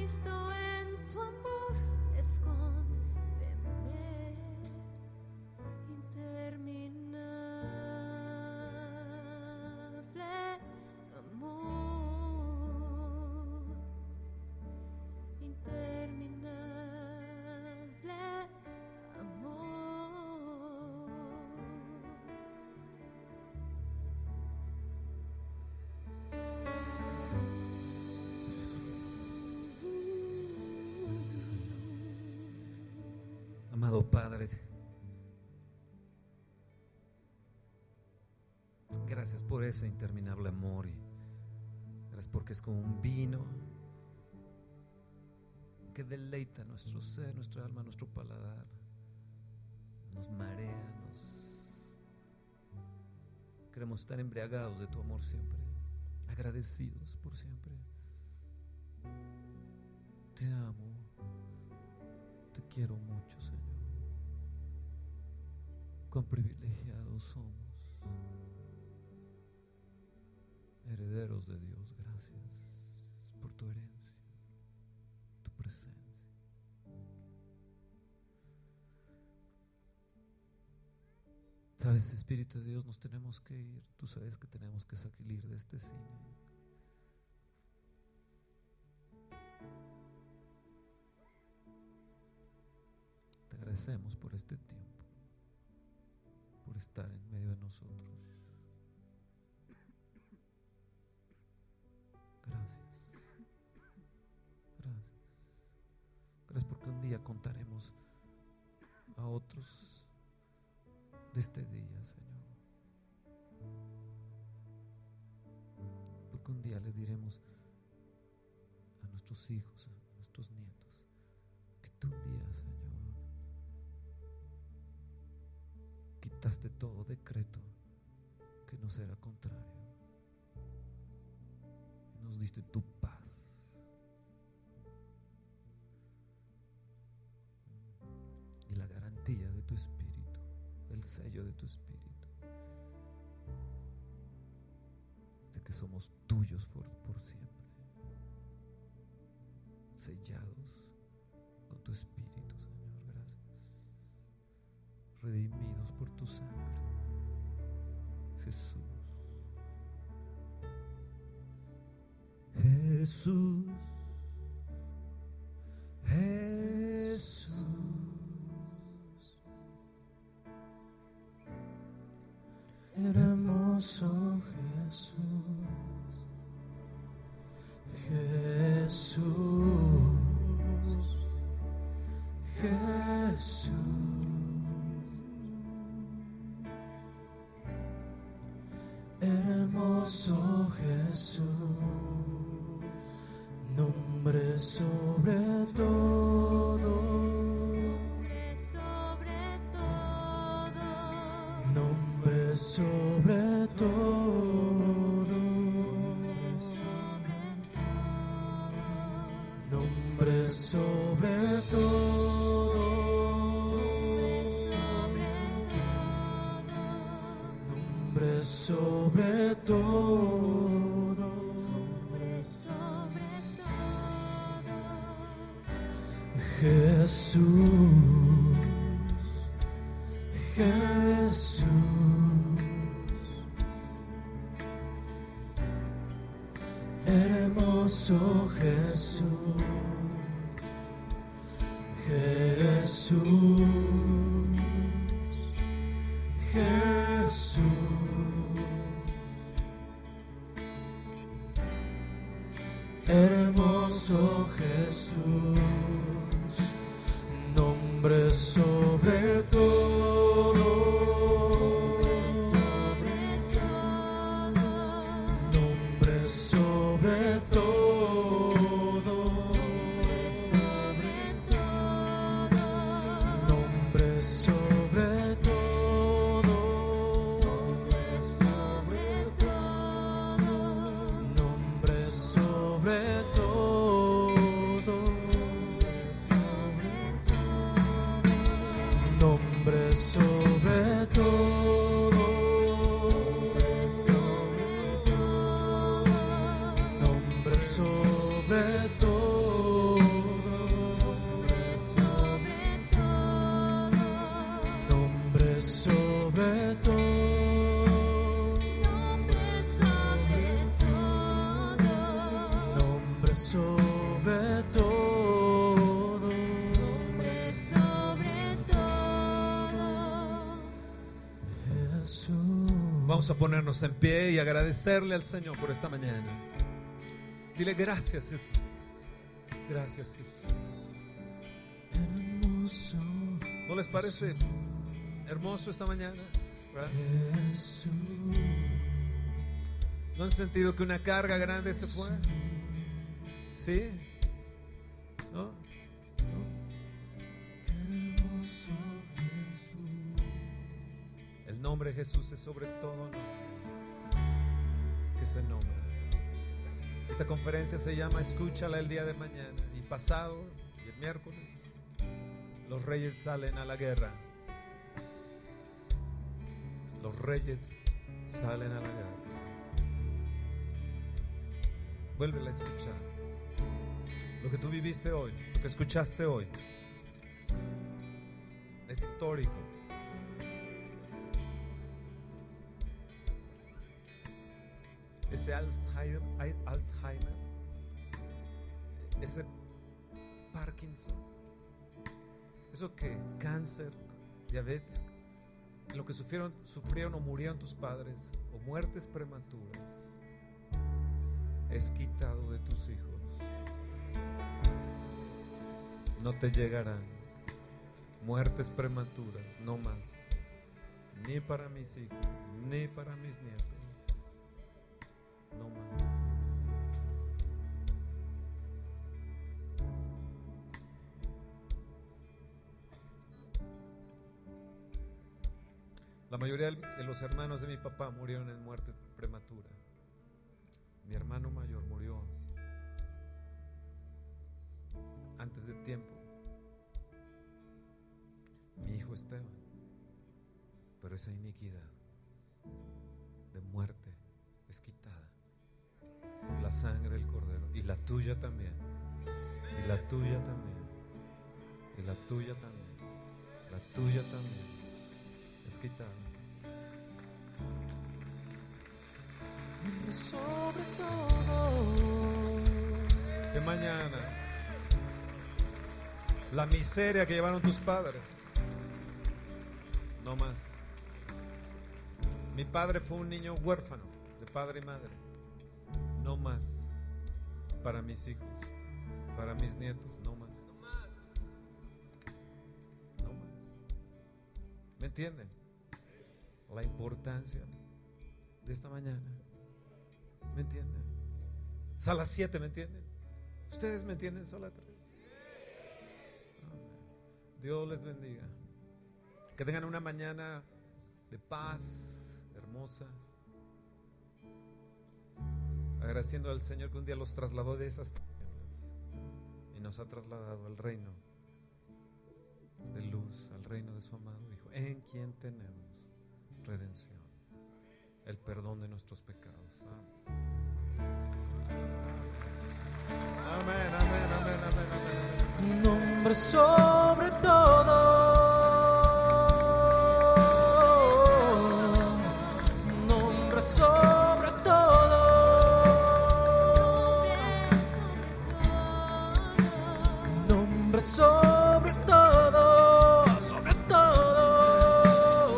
Cristo, en tu amor, escóndeme. Interminable amor. Interminable amor. Amado Padre, gracias por ese interminable amor y gracias porque es como un vino que deleita nuestro ser, nuestra alma, nuestro paladar, nos marea, queremos estar embriagados de tu amor siempre, agradecidos por siempre. Te amo, te quiero mucho, Señor. Cuán privilegiados somos, herederos de Dios. Gracias por tu herencia, tu presencia. Sabes, Espíritu de Dios, nos tenemos que ir. Tú sabes que tenemos que salir de este cine. Te agradecemos por este tiempo, por estar en medio de nosotros. Gracias. Gracias. Gracias porque un día contaremos a otros de este día, Señor. Porque un día les diremos a nuestros hijos, a nuestros nietos, que tú un día, Señor, quitaste todo decreto que nos era contrario y nos diste tu paz. Y la garantía de tu Espíritu, el sello de tu Espíritu, de que somos tuyos por siempre, sellados con tu Espíritu, Señor. Gracias. Redimidos por tu sangre, Jesús. Jesús, Jesús, hermoso Jesús, Jesús, Jesús, hermoso Jesús, nombre sobre todo, Nombre sobre todo. nombre sobre todo, Nombre sobre todo. nombre sobre todo, Nombre sobre todo. Jesús, Jesús, hermoso Jesús, Jesús, Jesús, hermoso Jesús, nombre sobre todo, Sobre todo. nombre sobre todo, Sobre todo. nombre sobre todo, Sobre todo. nombre sobre todo, nombre sobre todo, nombre sobre todo, sobre todo. nombre sobre todo. Jesús. Vamos a ponernos en pie y agradecerle al Señor por esta mañana. Dile gracias, Jesús. Gracias, Jesús. Hermoso ¿No les parece hermoso esta mañana? ¿Verdad? Jesús. ¿No han sentido que una carga grande se fue? ¿Sí? ¿No? Hermoso Jesús. El nombre de Jesús es sobre todo nombre que se nombra. Esta conferencia se llama Escúchala el día de mañana. Y pasado, y el miércoles, los reyes salen a la guerra. Los reyes salen a la guerra. Vuélvela a escuchar. Lo que tú viviste hoy, lo que escuchaste hoy, es histórico. Ese Alzheimer, ese Parkinson, eso que cáncer, diabetes, lo que sufrieron o murieron tus padres, o muertes prematuras, es quitado de tus hijos. No te llegarán muertes prematuras, no más, ni para mis hijos, ni para mis nietos. No más. La mayoría de los hermanos de mi papá murieron en muerte prematura. Mi hermano mayor murió antes de tiempo. Mi hijo Esteban. Pero esa iniquidad de muerte es quitada por la sangre del Cordero. Y la tuya también. Y la tuya también. Y la tuya también. La tuya también es quitada. Sobre todo. Que mañana la miseria que llevaron tus padres, no más. Mi padre fue un niño huérfano de padre y madre. No más para mis hijos, para mis nietos, no más. No más. ¿Me entienden? La importancia de esta mañana. ¿Me entienden? Sala 7, ¿me entienden? ¿Ustedes me entienden? Sala 3. Dios les bendiga. Que tengan una mañana de paz, hermosa. Agradeciendo al Señor que un día los trasladó de esas tinieblas y nos ha trasladado al reino de luz, al reino de su amado Hijo, en quien tenemos redención, el perdón de nuestros pecados. Amén, amén, amén, amén, amén. Nombre sobre todo. Nombre sobre todo. Nombre sobre todo. Sobre todo.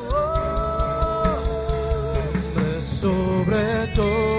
Nombre sobre todo.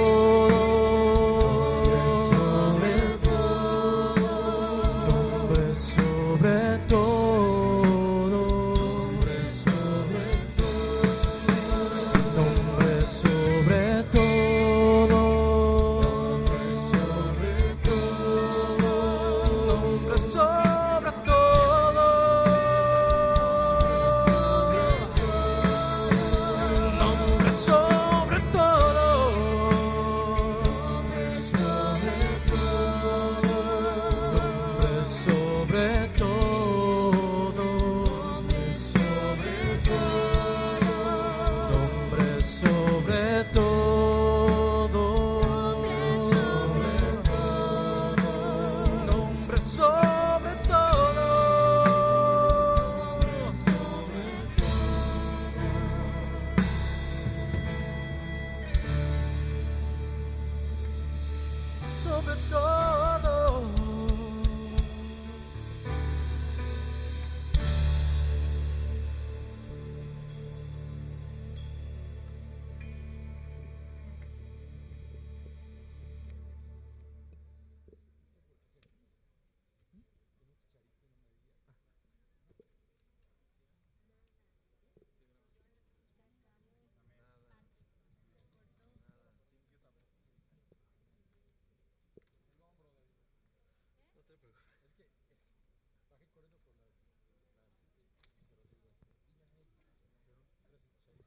So